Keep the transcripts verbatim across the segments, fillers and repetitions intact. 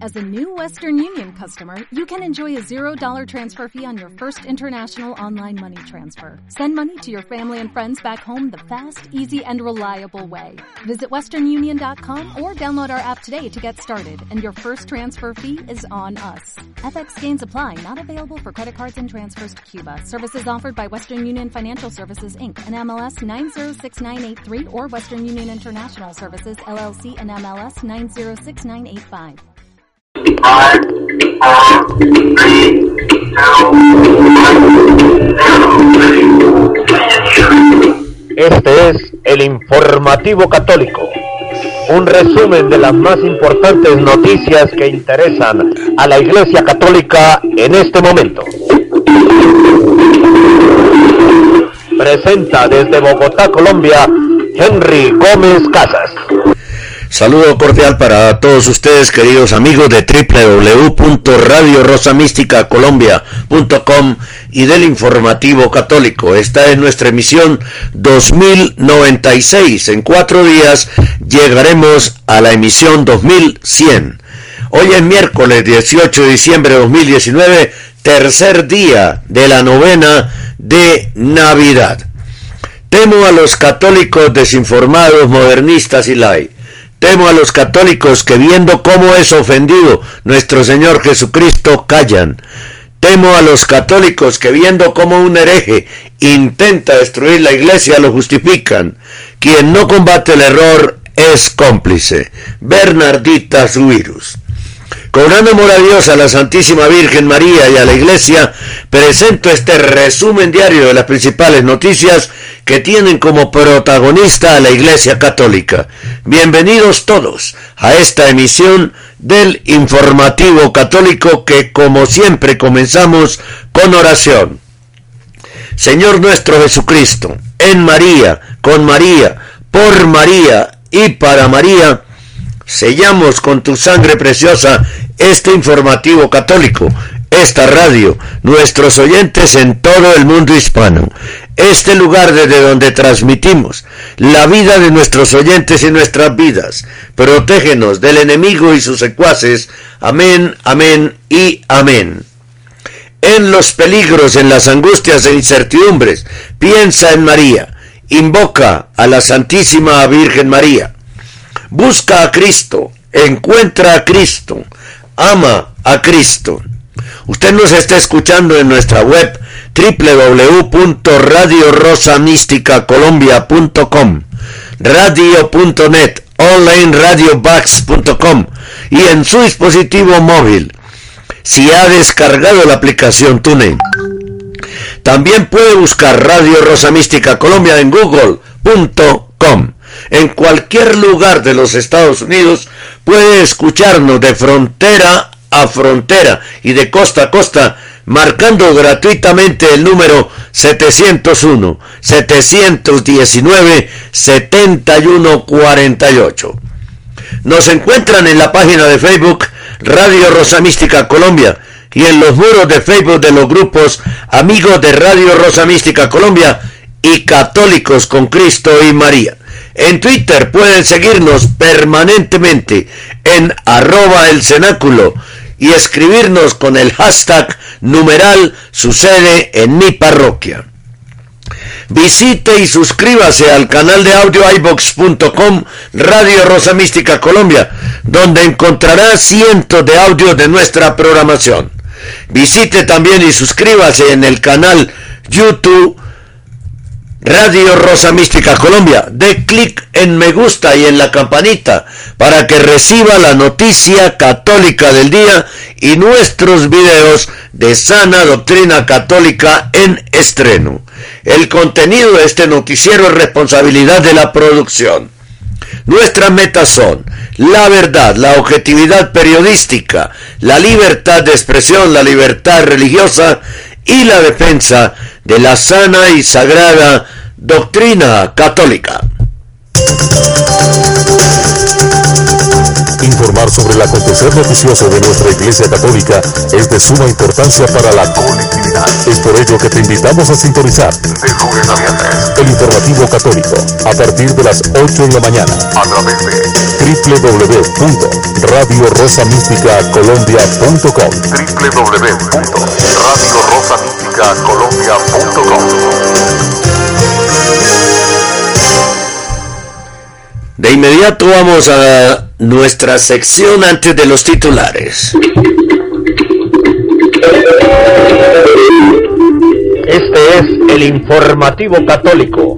As a new Western Union customer, you can enjoy a zero dollar transfer fee on your first international online money transfer. Send money to your family and friends back home the fast, easy, and reliable way. Visit western union dot com or download our app today to get started, and your first transfer fee is on us. F X gains apply, not available for credit cards and transfers to Cuba. Services offered by Western Union Financial Services, Incorporated, and M L S nine zero six nine eight three or Western Union International Services, L L C, and M L S nine zero six nine eight five. Five, four, three, two, Este es el Informativo Católico, un resumen de las más importantes noticias que interesan a la Iglesia Católica en este momento. Presenta desde Bogotá, Colombia, Henry Gómez Casas. Saludo cordial para todos ustedes, queridos amigos de doble u doble u doble u punto radio rosa mística colombia punto com y del Informativo Católico. Esta es nuestra emisión dos mil noventa y seis. En cuatro días llegaremos a la emisión dos mil cien. Hoy es miércoles dieciocho de diciembre de dos mil diecinueve, tercer día de la novena de Navidad. Temo a los católicos desinformados, modernistas y lai. Temo a los católicos que, viendo cómo es ofendido nuestro Señor Jesucristo, callan. Temo a los católicos que, viendo cómo un hereje intenta destruir la iglesia, lo justifican. Quien no combate el error es cómplice. Bernardita Suirus. Con gran amor a Dios, a la Santísima Virgen María y a la Iglesia, presento este resumen diario de las principales noticias que tienen como protagonista a la Iglesia Católica. Bienvenidos todos a esta emisión del Informativo Católico que, como siempre, comenzamos con oración. Señor nuestro Jesucristo, en María, con María, por María y para María, sellamos con tu sangre preciosa este Informativo Católico, esta radio, nuestros oyentes en todo el mundo hispano, este lugar desde donde transmitimos la vida de nuestros oyentes y nuestras vidas. Protégenos del enemigo y sus secuaces. Amén, amén y amén. En los peligros, en las angustias e incertidumbres, piensa en María, invoca a la Santísima Virgen María. Busca a Cristo, encuentra a Cristo, ama a Cristo. Usted nos está escuchando en nuestra web doble u doble u doble u punto radio rosa mística colombia punto com, radio punto net, online radio bax punto com y en su dispositivo móvil, si ha descargado la aplicación TuneIn. También puede buscar Radio Rosa Mística Colombia en google punto com. En cualquier lugar de los Estados Unidos puede escucharnos de frontera a frontera y de costa a costa, marcando gratuitamente el número setecientos uno, setecientos diecinueve, setenta y uno cuarenta y ocho. Nos encuentran en la página de Facebook Radio Rosa Mística Colombia y en los muros de Facebook de los grupos Amigos de Radio Rosa Mística Colombia y Católicos con Cristo y María. En Twitter pueden seguirnos permanentemente en arroba el cenáculo y escribirnos con el hashtag numeral sucede en mi parroquia. Visite y suscríbase al canal de audio i vox punto com Radio Rosa Mística Colombia, donde encontrará cientos de audios de nuestra programación. Visite también y suscríbase en el canal YouTube Radio Rosa Mística Colombia. Dé clic en me gusta y en la campanita para que reciba la noticia católica del día y nuestros videos de sana doctrina católica en estreno. El contenido de este noticiero es responsabilidad de la producción. Nuestras metas son la verdad, la objetividad periodística, la libertad de expresión, la libertad religiosa y la defensa de la sana y sagrada doctrina católica. Informar sobre el acontecer noticioso de nuestra Iglesia Católica es de suma importancia para la colectividad. Es por ello que te invitamos a sintonizar de lunes a viernes el Informativo Católico a partir de las ocho de la mañana a través de doble u doble u doble u punto radio rosa mística colombia punto com doble u doble u doble u punto radio rosa mística colombia punto com. De inmediato vamos a nuestra sección antes de los titulares. Este es el Informativo Católico.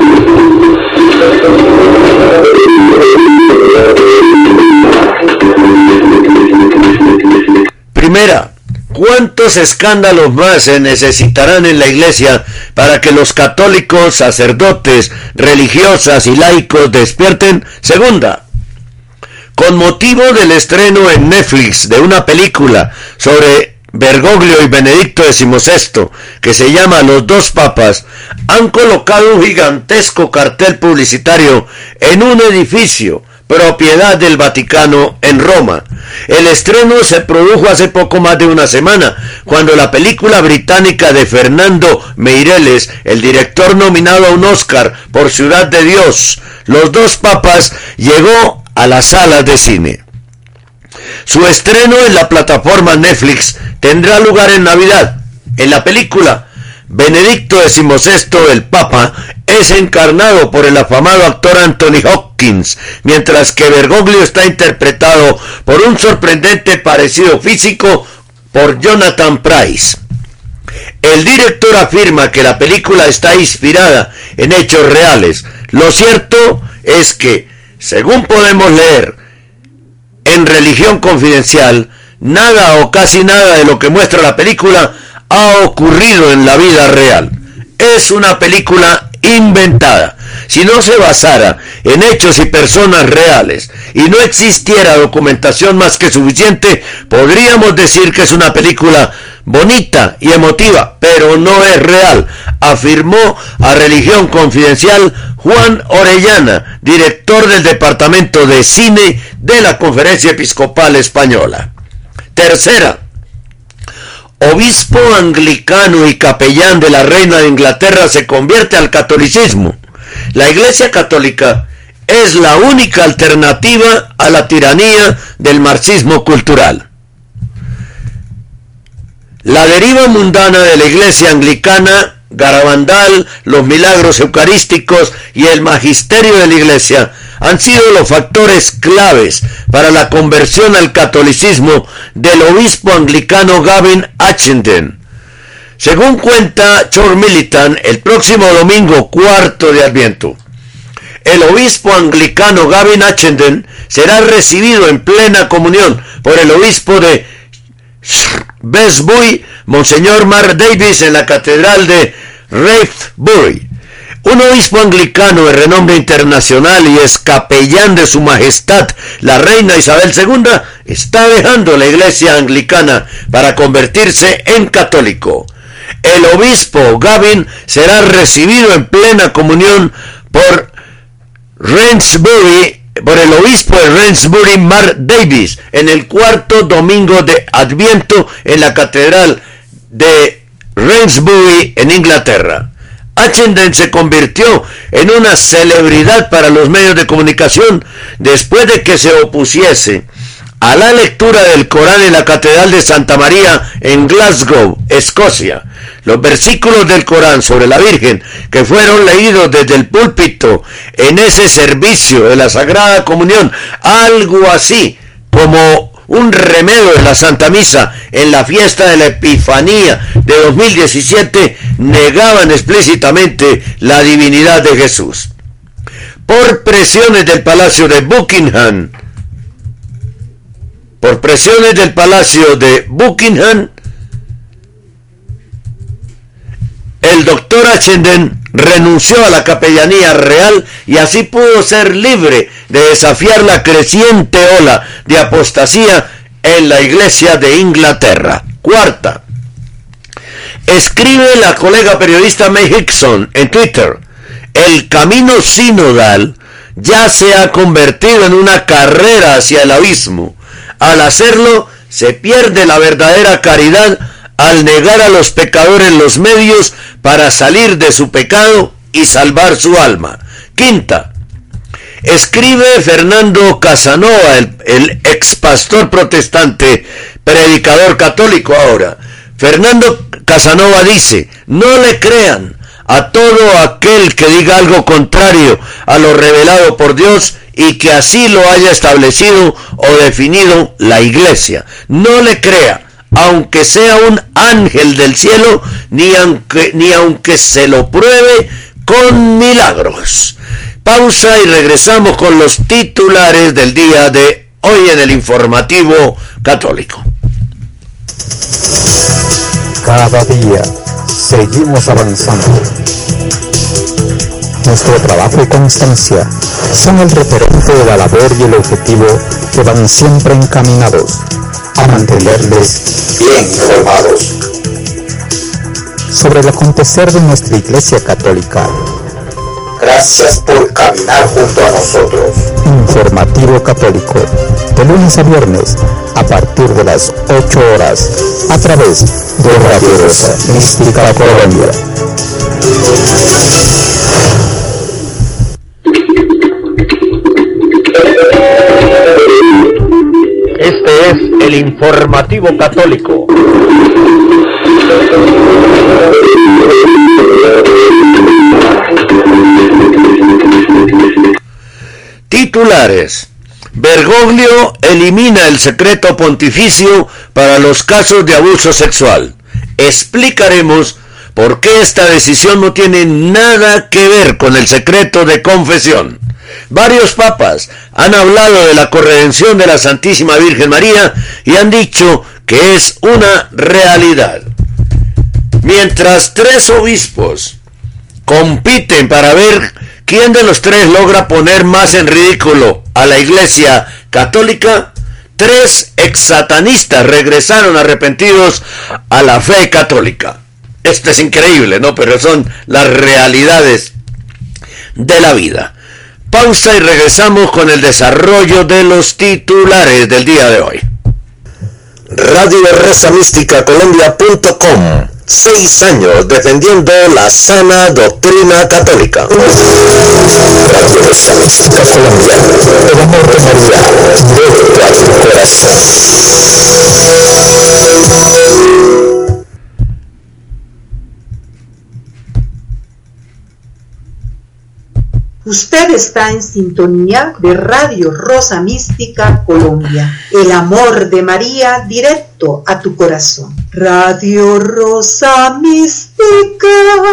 Primera, ¿cuántos escándalos más se necesitarán en la Iglesia para que los católicos, sacerdotes, religiosas y laicos despierten? Segunda, con motivo del estreno en Netflix de una película sobre Bergoglio y Benedicto decimosexto, que se llama Los dos papas, han colocado un gigantesco cartel publicitario en un edificio propiedad del Vaticano en Roma. El estreno se produjo hace poco más de una semana, cuando la película británica de Fernando Meireles, el director nominado a un Oscar por Ciudad de Dios, Los dos papas, llegó a las salas de cine. Su estreno en la plataforma Netflix tendrá lugar en Navidad. En la película, Benedicto decimosexto, el Papa, es encarnado por el afamado actor Anthony Hopkins, mientras que Bergoglio está interpretado por un sorprendente parecido físico por Jonathan Pryce. El director afirma que la película está inspirada en hechos reales. Lo cierto es que, según podemos leer en Religión Confidencial, nada o casi nada de lo que muestra la película ha ocurrido en la vida real. Es una película inventada. Si no se basara en hechos y personas reales y no existiera documentación más que suficiente, podríamos decir que es una película bonita y emotiva, pero no es real, afirmó a Religión Confidencial Juan Orellana, director del Departamento de Cine de la Conferencia Episcopal Española. Tercera, obispo anglicano y capellán de la reina de Inglaterra se convierte al catolicismo. La Iglesia Católica es la única alternativa a la tiranía del marxismo cultural. La deriva mundana de la Iglesia anglicana, Garabandal, los milagros eucarísticos y el magisterio de la Iglesia han sido los factores claves para la conversión al catolicismo del obispo anglicano Gavin Ashenden. Según cuenta Church Militant, el próximo domingo cuarto de Adviento, el obispo anglicano Gavin Ashenden será recibido en plena comunión por el obispo de Shrewsbury, Monseñor Mark Davis, en la catedral de Rathbury. Un obispo anglicano de renombre internacional y ex capellán de su majestad la reina Isabel segunda está dejando la iglesia anglicana para convertirse en católico. El obispo Gavin será recibido en plena comunión por Rathbury, por el obispo de Rathbury, Mark Davis, en el cuarto domingo de Adviento en la catedral de Rathbury, en Inglaterra. Ashenden se convirtió en una celebridad para los medios de comunicación después de que se opusiese a la lectura del Corán en la Catedral de Santa María en Glasgow, Escocia. Los versículos del Corán sobre la Virgen que fueron leídos desde el púlpito en ese servicio de la Sagrada Comunión, algo así como un remedio de la Santa Misa en la fiesta de la Epifanía de dos mil diecisiete, negaban explícitamente la divinidad de Jesús. Por presiones del Palacio de Buckingham, por presiones del Palacio de Buckingham, el doctor Ashenden renunció a la capellanía real y así pudo ser libre de desafiar la creciente ola de apostasía en la Iglesia de Inglaterra. Cuarta, escribe la colega periodista May Hickson en Twitter: el camino sinodal ya se ha convertido en una carrera hacia el abismo. Al hacerlo, se pierde la verdadera caridad al negar a los pecadores los medios para salir de su pecado y salvar su alma. Quinta, escribe Fernando Casanova, el, el ex pastor protestante, predicador católico ahora. Fernando Casanova dice: no le crean a todo aquel que diga algo contrario a lo revelado por Dios y que así lo haya establecido o definido la Iglesia. No le crea, aunque sea un ángel del cielo, ni aunque, ni aunque se lo pruebe con milagros. Pausa y regresamos con los titulares del día de hoy en el Informativo Católico. Cada día seguimos avanzando. Nuestro trabajo y constancia son el referente de la labor y el objetivo que van siempre encaminados a mantenerles bien informados sobre el acontecer de nuestra Iglesia Católica. Gracias por caminar junto a nosotros. Informativo Católico, de lunes a viernes, a partir de las ocho horas, a través de Radio Rosa Mística Colombia. Este es el Informativo Católico. Titulares. Bergoglio elimina el secreto pontificio para los casos de abuso sexual. Explicaremos por qué esta decisión no tiene nada que ver con el secreto de confesión. Varios papas han hablado de la corredención de la Santísima Virgen María y han dicho que es una realidad. Mientras tres obispos compiten para ver quién de los tres logra poner más en ridículo a la Iglesia Católica, tres exsatanistas regresaron arrepentidos a la fe católica. Esto es increíble, ¿no? Pero son las realidades de la vida. Pausa y regresamos con el desarrollo de los titulares del día de hoy. Radio Rosa Mística Colombia punto com. Seis años defendiendo la sana doctrina católica. Radio Rosa Mística Colombia. El amor de María, directo a tu corazón. Usted está en sintonía de Radio Rosa Mística Colombia. El amor de María directo a tu corazón. Radio Rosa Mística.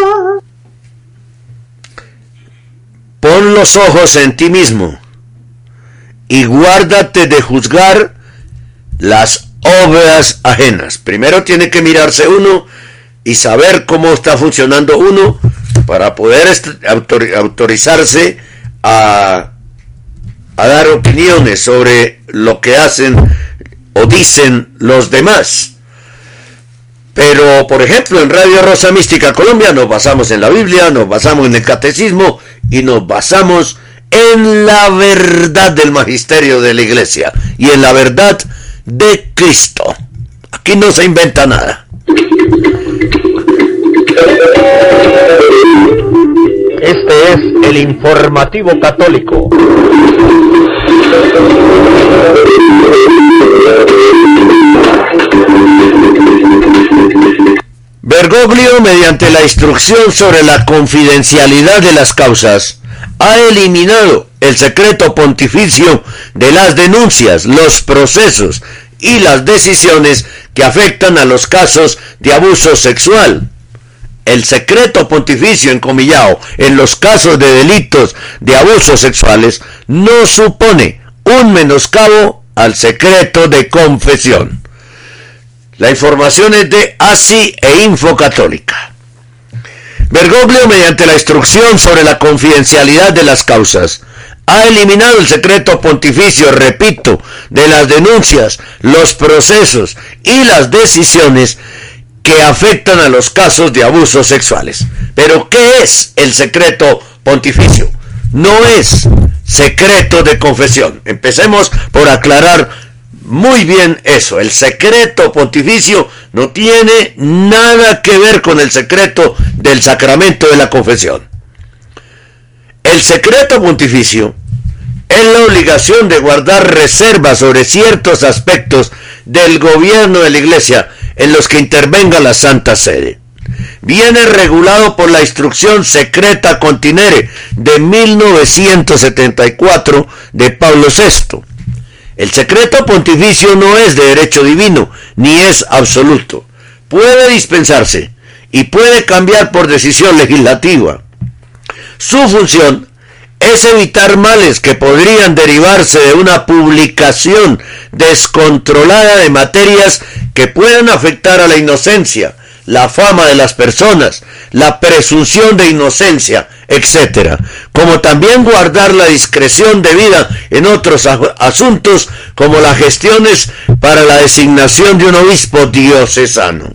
Pon los ojos en ti mismo y guárdate de juzgar las obras ajenas. Primero tiene que mirarse uno y saber cómo está funcionando uno para poder autor- autorizarse a, a dar opiniones sobre lo que hacen o dicen los demás. Pero, por ejemplo, en Radio Rosa Mística Colombia nos basamos en la Biblia, nos basamos en el Catecismo y nos basamos en la verdad del magisterio de la Iglesia y en la verdad de Cristo. Aquí no se inventa nada. Este es el Informativo Católico. Bergoglio, mediante la instrucción sobre la confidencialidad de las causas, ha eliminado el secreto pontificio de las denuncias, los procesos y las decisiones que afectan a los casos de abuso sexual. El secreto pontificio encomillado en los casos de delitos de abusos sexuales no supone un menoscabo al secreto de confesión. La información es de A S I e Info Católica. Bergoglio, mediante la instrucción sobre la confidencialidad de las causas, ha eliminado el secreto pontificio, repito, de las denuncias, los procesos y las decisiones que afectan a los casos de abusos sexuales. Pero, ¿qué es el secreto pontificio? no es secreto de confesión. Empecemos por aclarar muy bien eso. El secreto pontificio no tiene nada que ver con el secreto del sacramento de la confesión. El secreto pontificio es la obligación de guardar reservas sobre ciertos aspectos del gobierno de la Iglesia en los que intervenga la Santa Sede. Viene regulado por la Instrucción Secreta Continere de mil novecientos setenta y cuatro de Pablo sexto. El secreto pontificio no es de derecho divino, ni es absoluto. Puede dispensarse y puede cambiar por decisión legislativa. Su función es evitar males que podrían derivarse de una publicación descontrolada de materias que puedan afectar a la inocencia, la fama de las personas, la presunción de inocencia, etcétera, como también guardar la discreción debida en otros asuntos como las gestiones para la designación de un obispo diocesano.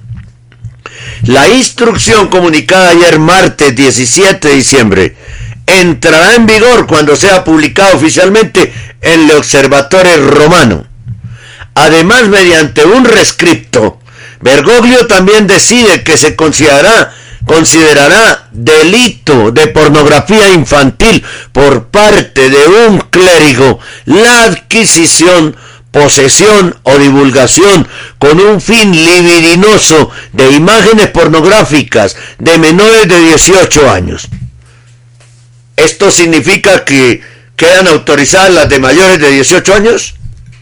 La instrucción comunicada ayer martes diecisiete de diciembre entrará en vigor cuando sea publicado oficialmente en el Observatorio Romano. Además, mediante un rescripto, Bergoglio también decide que se considerará, considerará delito de pornografía infantil por parte de un clérigo la adquisición, posesión o divulgación con un fin libidinoso de imágenes pornográficas de menores de dieciocho años. ¿Esto significa que quedan autorizadas las de mayores de dieciocho años?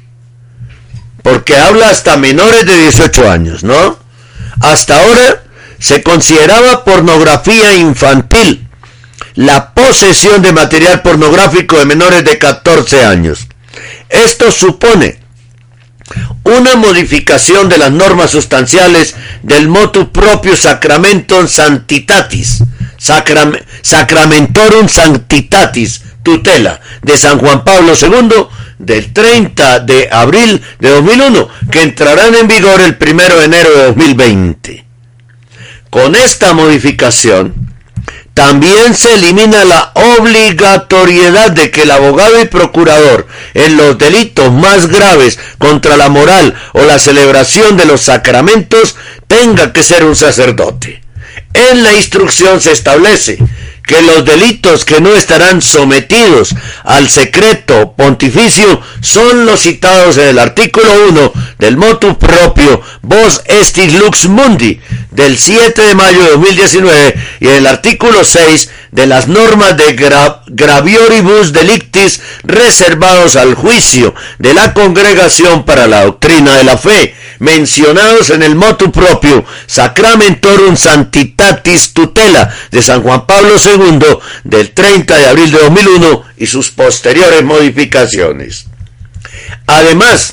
Porque habla hasta menores de dieciocho años, ¿no? Hasta ahora se consideraba pornografía infantil la posesión de material pornográfico de menores de catorce años. Esto supone una modificación de las normas sustanciales del motu proprio Sacramentum Sanctitatis, Sacram, Sacramentorum Sanctitatis, tutela, de San Juan Pablo segundo, del treinta de abril de dos mil uno, que entrarán en vigor el primero de enero de dos mil veinte. Con esta modificación, también se elimina la obligatoriedad de que el abogado y procurador en los delitos más graves contra la moral o la celebración de los sacramentos tenga que ser un sacerdote. En la instrucción se establece que los delitos que no estarán sometidos al secreto pontificio son los citados en el artículo uno del motu proprio Vos Estis Lux Mundi del siete de mayo de dos mil diecinueve y en el artículo seis de las normas de gra gravioribus delictis reservados al juicio de la Congregación para la Doctrina de la Fe, mencionados en el motu proprio Sacramentorum Sanctitatis tutela de San Juan Pablo segundo del treinta de abril de dos mil uno y sus posteriores modificaciones. Además,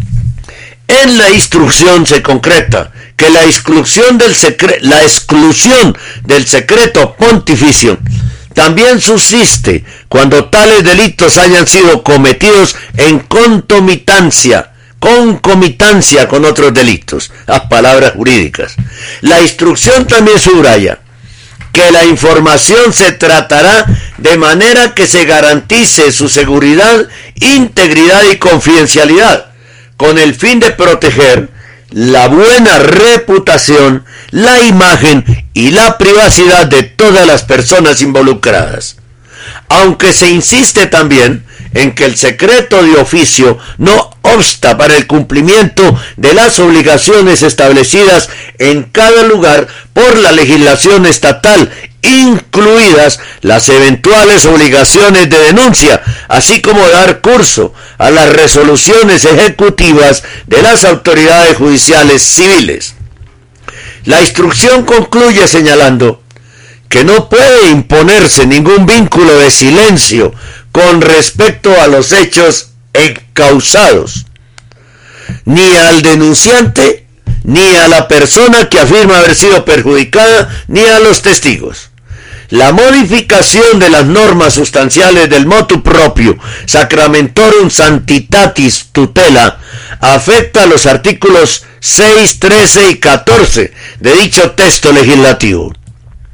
en la instrucción se concreta que la exclusión del, secre la exclusión del secreto pontificio también subsiste cuando tales delitos hayan sido cometidos en concomitancia, concomitancia con otros delitos, las palabras jurídicas. La instrucción también subraya que la información se tratará de manera que se garantice su seguridad, integridad y confidencialidad, con el fin de proteger la buena reputación, la imagen y la privacidad de todas las personas involucradas. Aunque se insiste también en que el secreto de oficio no obsta para el cumplimiento de las obligaciones establecidas en cada lugar por la legislación estatal, incluidas las eventuales obligaciones de denuncia, así como dar curso a las resoluciones ejecutivas de las autoridades judiciales civiles. La instrucción concluye señalando que no puede imponerse ningún vínculo de silencio con respecto a los hechos encausados, ni al denunciante, ni a la persona que afirma haber sido perjudicada, ni a los testigos. La modificación de las normas sustanciales del motu proprio Sacramentorum Sanctitatis tutela afecta a los artículos seis, trece y catorce de dicho texto legislativo.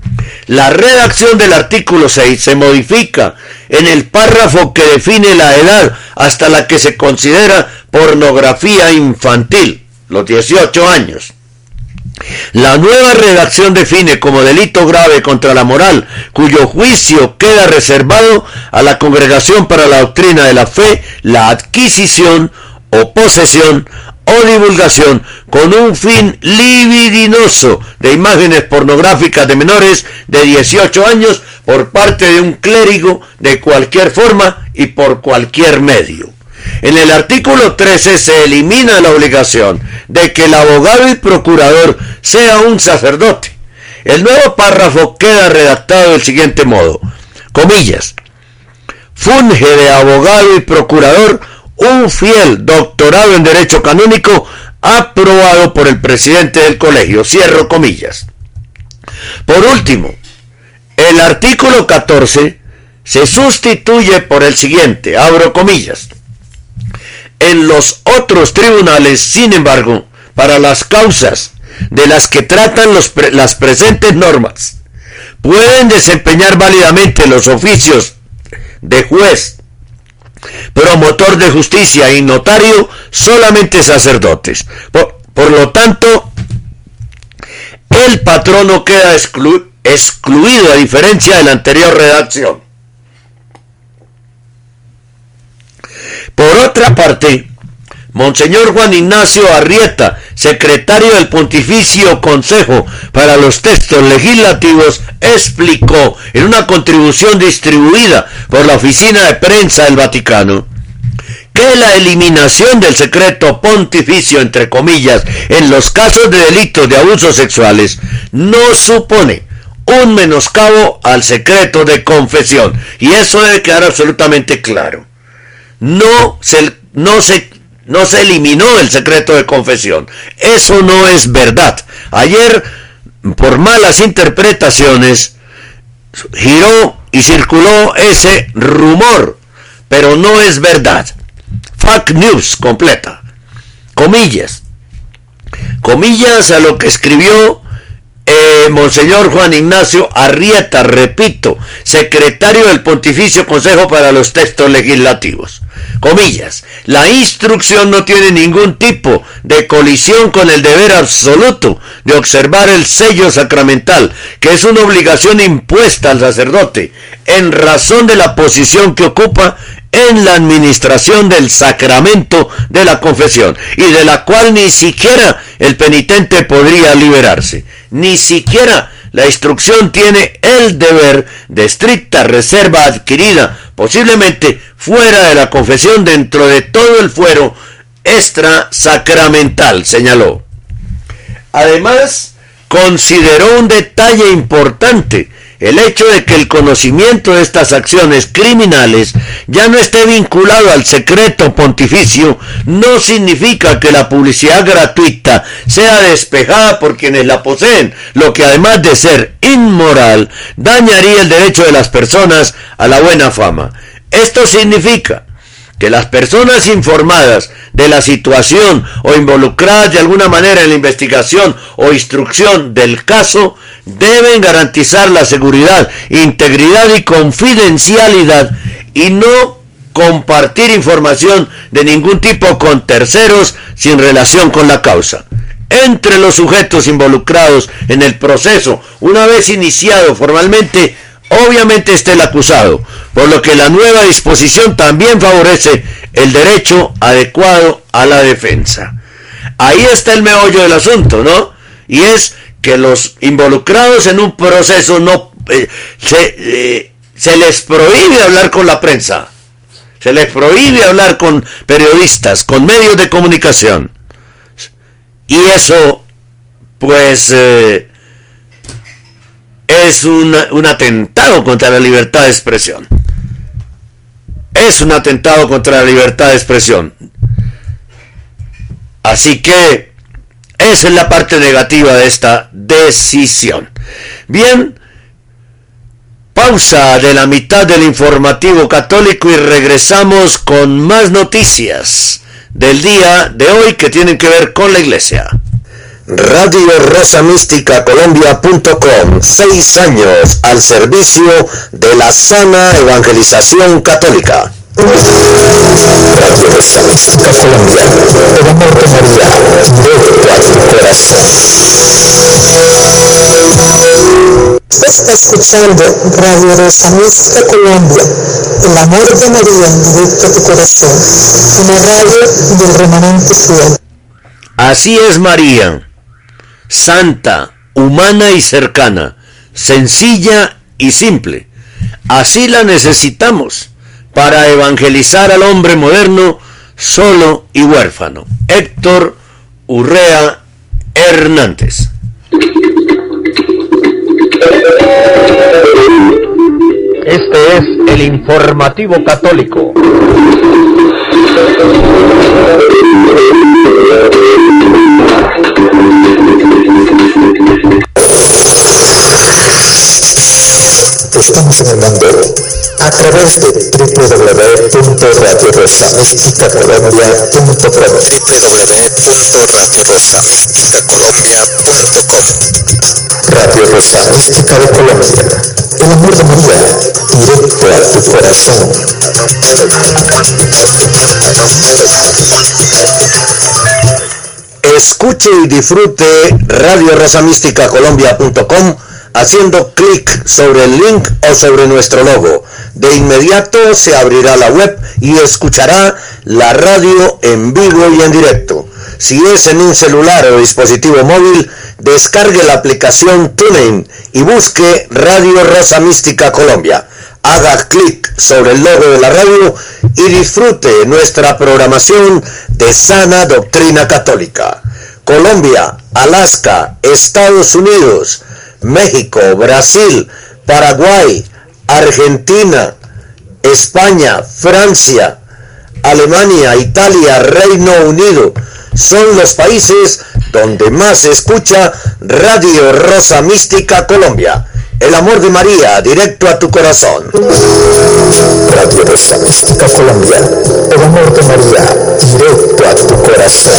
La redacción del artículo seis se modifica en el párrafo que define la edad hasta la que se considera pornografía infantil, los dieciocho años. La nueva redacción define como delito grave contra la moral, cuyo juicio queda reservado a la Congregación para la Doctrina de la Fe, la adquisición o posesión o divulgación con un fin libidinoso de imágenes pornográficas de menores de dieciocho años por parte de un clérigo de cualquier forma y por cualquier medio. En el artículo trece se elimina la obligación de que el abogado y procurador sea un sacerdote. El nuevo párrafo queda redactado del siguiente modo, comillas, funge de abogado y procurador un fiel doctorado en Derecho Canónico aprobado por el presidente del colegio, cierro comillas. Por último, el artículo catorce se sustituye por el siguiente, abro comillas. En los otros tribunales, sin embargo, para las causas de las que tratan los pre- las presentes normas, pueden desempeñar válidamente los oficios de juez, promotor de justicia y notario solamente sacerdotes. Por, por lo tanto, el patrono queda exclu- excluido a diferencia de la anterior redacción. Por otra parte, Monseñor Juan Ignacio Arrieta, secretario del Pontificio Consejo para los Textos Legislativos, explicó en una contribución distribuida por la Oficina de Prensa del Vaticano que la eliminación del secreto pontificio, entre comillas, en los casos de delitos de abusos sexuales no supone un menoscabo al secreto de confesión, y eso debe quedar absolutamente claro. No se, no se, no se eliminó el secreto de confesión. Eso no es verdad. Ayer, por malas interpretaciones, giró y circuló ese rumor, pero no es verdad. Fact news completa. Comillas. Comillas a lo que escribió Eh, Monseñor Juan Ignacio Arrieta, repito, secretario del Pontificio Consejo para los Textos Legislativos. Comillas, la instrucción no tiene ningún tipo de colisión con el deber absoluto de observar el sello sacramental, que es una obligación impuesta al sacerdote en razón de la posición que ocupa en la administración del sacramento de la confesión, y de la cual ni siquiera el penitente podría liberarse. Ni siquiera la instrucción tiene el deber de estricta reserva adquirida, posiblemente fuera de la confesión, dentro de todo el fuero extrasacramental, señaló. Además, consideró un detalle importante: el hecho de que el conocimiento de estas acciones criminales ya no esté vinculado al secreto pontificio no significa que la publicidad gratuita sea despejada por quienes la poseen, lo que además de ser inmoral, dañaría el derecho de las personas a la buena fama. Esto significa que las personas informadas de la situación o involucradas de alguna manera en la investigación o instrucción del caso deben garantizar la seguridad, integridad y confidencialidad, y no compartir información de ningún tipo con terceros sin relación con la causa. Entre los sujetos involucrados en el proceso, una vez iniciado formalmente, obviamente está el acusado, por lo que la nueva disposición también favorece el derecho adecuado a la defensa. Ahí está el meollo del asunto, ¿no? Y es que los involucrados en un proceso no eh, se, eh, se les prohíbe hablar con la prensa, se les prohíbe hablar con periodistas, con medios de comunicación, y eso pues eh, es un, un atentado contra la libertad de expresión. Es un atentado contra la libertad de expresión. Así que esa es la parte negativa de esta decisión. Bien, pausa de la mitad del informativo católico y regresamos con más noticias del día de hoy que tienen que ver con la iglesia. Radio Rosa Mística Colombia punto com, seis años al servicio de la sana evangelización católica. Radio Rosa Mística Colombia, el amor de María, directo a tu corazón. Está escuchando Radio Rosa Mística Colombia, el amor de María, directo a tu corazón, una radio del remanente fiel. Así es María, santa, humana y cercana, sencilla y simple. Así la necesitamos para evangelizar al hombre moderno, solo y huérfano. Héctor Urrea Hernández. Este es el informativo católico. Estamos en el mundo a través de doble u doble u doble u punto radio rosa mística colombia punto com, doble u doble u doble u punto radio rosa mística colombia punto com. Radio Rosa Mística de Colombia, el amor de María, directo a tu corazón. Escuche y disfrute Radio Rosa Mística Colombia punto com haciendo clic sobre el link o sobre nuestro logo. De inmediato se abrirá la web y escuchará la radio en vivo y en directo. Si es en un celular o dispositivo móvil, descargue la aplicación TuneIn y busque Radio Rosa Mística Colombia. Haga clic sobre el logo de la radio y disfrute nuestra programación de sana doctrina católica. Colombia, Alaska, Estados Unidos, México, Brasil, Paraguay, Argentina, España, Francia, Alemania, Italia, Reino Unido son los países donde más se escucha Radio Rosa Mística Colombia. El amor de María, directo a tu corazón. Radio Rosa Mística Colombia, el amor de María, directo a tu corazón.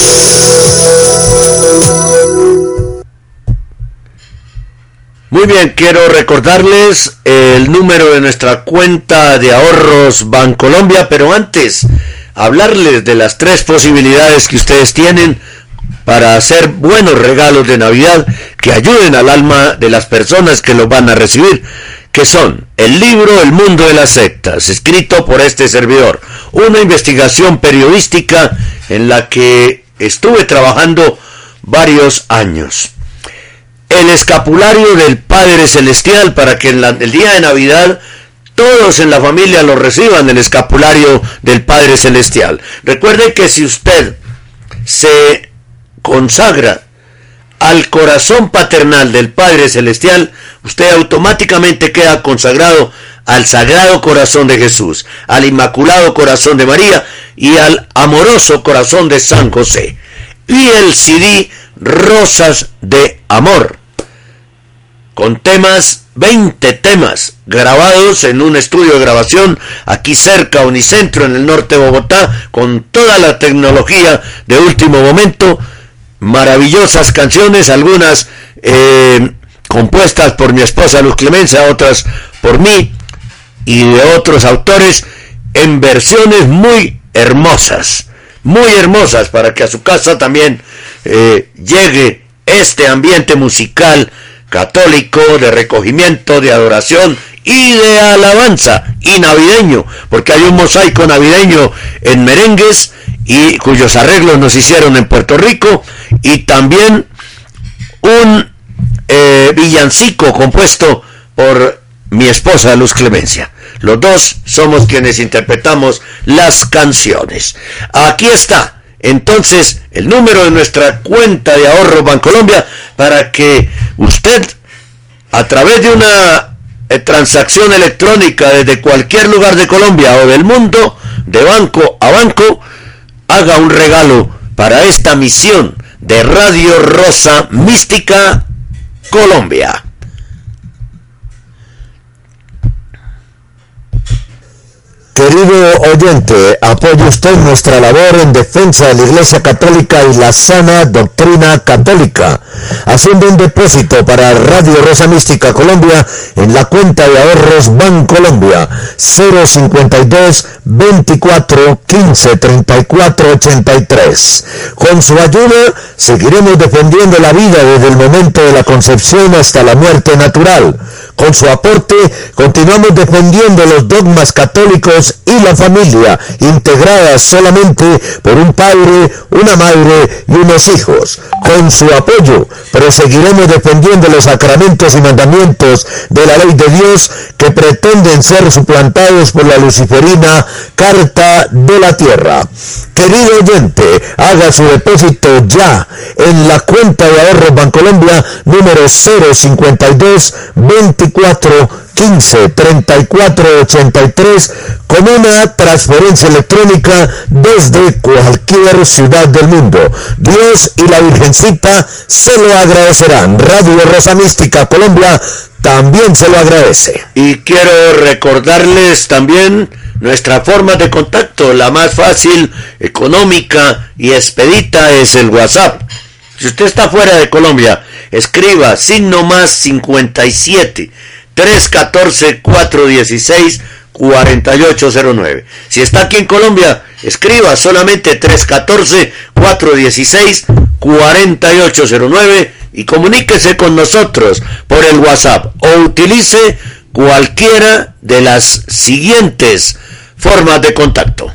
Muy bien, quiero recordarles el número de nuestra cuenta de ahorros Bancolombia, pero antes hablarles de las tres posibilidades que ustedes tienen para hacer buenos regalos de Navidad que ayuden al alma de las personas que los van a recibir, que son el libro El Mundo de las Sectas, escrito por este servidor, una investigación periodística en la que estuve trabajando varios años. El escapulario del Padre Celestial, para que en la, el día de Navidad todos en la familia lo reciban, el escapulario del Padre Celestial. Recuerden que si usted se consagra al corazón paternal del Padre Celestial, usted automáticamente queda consagrado al Sagrado Corazón de Jesús, al Inmaculado Corazón de María y al amoroso Corazón de San José. Y el C D Rosas de Amor, con temas, veinte temas grabados en un estudio de grabación aquí cerca, Unicentro, en el norte de Bogotá, con toda la tecnología de último momento, maravillosas canciones, algunas eh, compuestas por mi esposa Luz Clemencia, otras por mí y de otros autores, en versiones muy hermosas, muy hermosas, para que a su casa también eh, llegue este ambiente musical católico, de recogimiento, de adoración y de alabanza, y navideño, porque hay un mosaico navideño en merengues y cuyos arreglos nos hicieron en Puerto Rico, y también un eh, villancico compuesto por mi esposa Luz Clemencia. Los dos somos quienes interpretamos las canciones. Aquí está entonces el número de nuestra cuenta de ahorro Bancolombia, para que usted, a través de una eh, transacción electrónica desde cualquier lugar de Colombia o del mundo, de banco a banco, haga un regalo para esta misión de Radio Rosa Mística Colombia. Querido oyente, apoye usted nuestra labor en defensa de la Iglesia Católica y la sana doctrina católica, haciendo un depósito para Radio Rosa Mística Colombia en la cuenta de ahorros Bancolombia cero cincuenta y dos, veinticuatro, quince, treinta y cuatro, ochenta y tres. Con su ayuda seguiremos defendiendo la vida desde el momento de la concepción hasta la muerte natural. Con su aporte continuamos defendiendo los dogmas católicos y la familia, integrada solamente por un padre, una madre y unos hijos. Con su apoyo proseguiremos defendiendo los sacramentos y mandamientos de la ley de Dios que pretenden ser suplantados por la luciferina Carta de la Tierra. Querido oyente, haga su depósito ya en la cuenta de ahorros Bancolombia número cero cincuenta y dos, veinticuatro, quince, treinta y cuatro, ochenta y tres con una transferencia electrónica desde cualquier ciudad del mundo. Dios y la Virgencita se lo agradecerán. Radio Rosa Mística Colombia también se lo agradece. Y quiero recordarles también nuestra forma de contacto. La más fácil, económica y expedita es el WhatsApp. Si usted está fuera de Colombia, escriba signo más cincuenta y siete, trescientos catorce, cuatrocientos dieciséis, cuarenta y ocho cero nueve. Si está aquí en Colombia, escriba solamente trescientos catorce, cuatrocientos dieciséis, cuarenta y ocho cero nueve y comuníquese con nosotros por el WhatsApp o utilice cualquiera de las siguientes formas de contacto.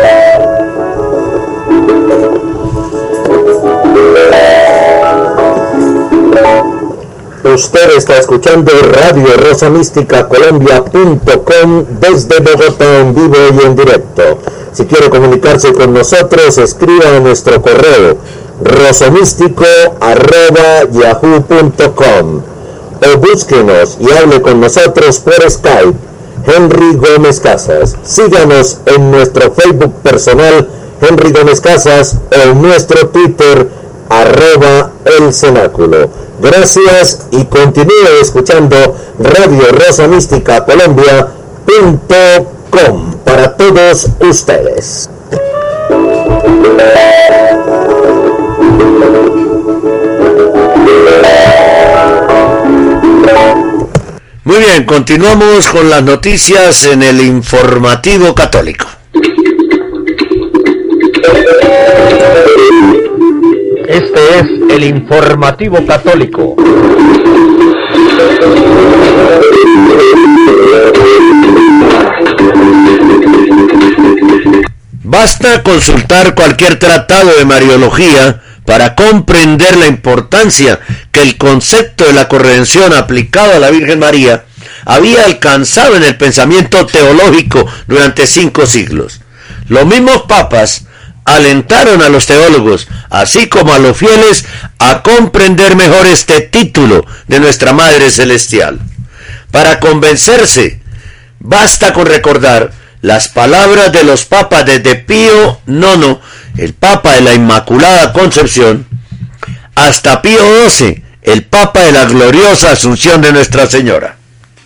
Usted está escuchando Radio Rosa Mística Colombia punto com desde Bogotá en vivo y en directo. Si quiere comunicarse con nosotros, escriba a nuestro correo rosomístico arroba yahoo punto com o búsquenos y hable con nosotros por Skype. Henry Gómez Casas. Síganos en nuestro Facebook personal Henry Gómez Casas o en nuestro Twitter arroba el cenáculo. Gracias y continúe escuchando Radio Rosa Mística Colombia punto com para todos ustedes. Muy bien, continuamos con las noticias en el informativo católico. Este es el informativo católico. Basta consultar cualquier tratado de Mariología para comprender la importancia que el concepto de la corredención aplicado a la Virgen María había alcanzado en el pensamiento teológico durante cinco siglos. Los mismos papas alentaron a los teólogos, así como a los fieles, a comprender mejor este título de nuestra Madre Celestial. Para convencerse, basta con recordar las palabras de los papas desde Pío noveno, el Papa de la Inmaculada Concepción, hasta Pío doce, el Papa de la Gloriosa Asunción de Nuestra Señora.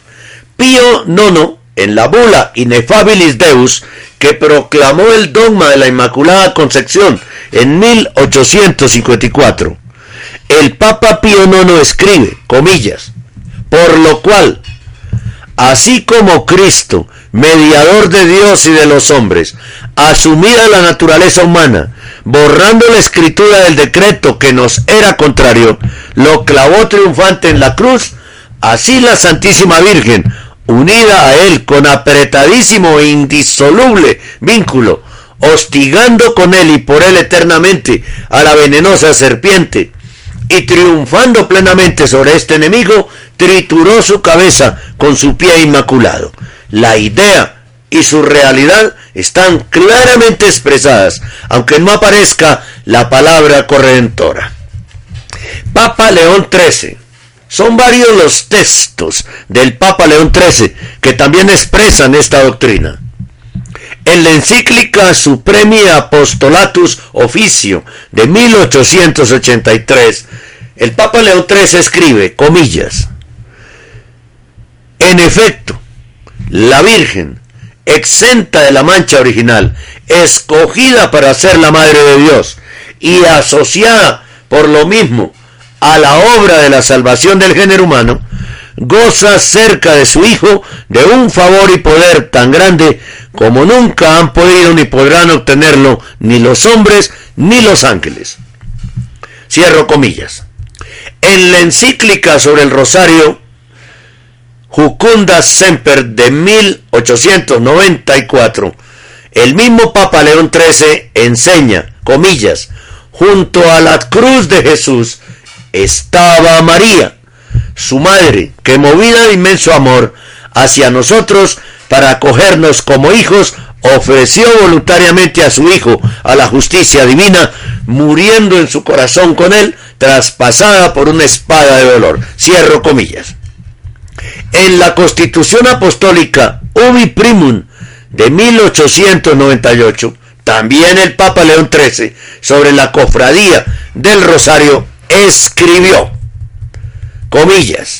Pío noveno, en la bula Ineffabilis Deus, que proclamó el dogma de la Inmaculada Concepción en mil ochocientos cincuenta y cuatro, el Papa Pío noveno escribe, comillas, por lo cual, así como Cristo, mediador de Dios y de los hombres, asumida la naturaleza humana, borrando la escritura del decreto que nos era contrario, lo clavó triunfante en la cruz, así la Santísima Virgen, unida a él con apretadísimo e indisoluble vínculo, hostigando con él y por él eternamente a la venenosa serpiente, y triunfando plenamente sobre este enemigo, trituró su cabeza con su pie inmaculado. La idea y su realidad están claramente expresadas, aunque no aparezca la palabra corredentora. Papa León trece. Son varios los textos del Papa León trece que también expresan esta doctrina. En la encíclica Supremi Apostolatus Officio de mil ochocientos ochenta y tres, el Papa León trece escribe, comillas, en efecto, la Virgen, exenta de la mancha original, escogida para ser la Madre de Dios y asociada por lo mismo a la obra de la salvación del género humano, goza cerca de su Hijo de un favor y poder tan grande como nunca han podido ni podrán obtenerlo ni los hombres ni los ángeles. Cierro comillas. En la encíclica sobre el Rosario Jucunda Semper de mil ochocientos noventa y cuatro, el mismo Papa León trece enseña, comillas, junto a la cruz de Jesús estaba María, su madre, que movida de inmenso amor hacia nosotros para acogernos como hijos, ofreció voluntariamente a su Hijo a la justicia divina, muriendo en su corazón con él, traspasada por una espada de dolor. Cierro comillas. En la Constitución Apostólica Ubi Primum de mil ochocientos noventa y ocho, también el Papa León trece, sobre la cofradía del Rosario, escribió, comillas,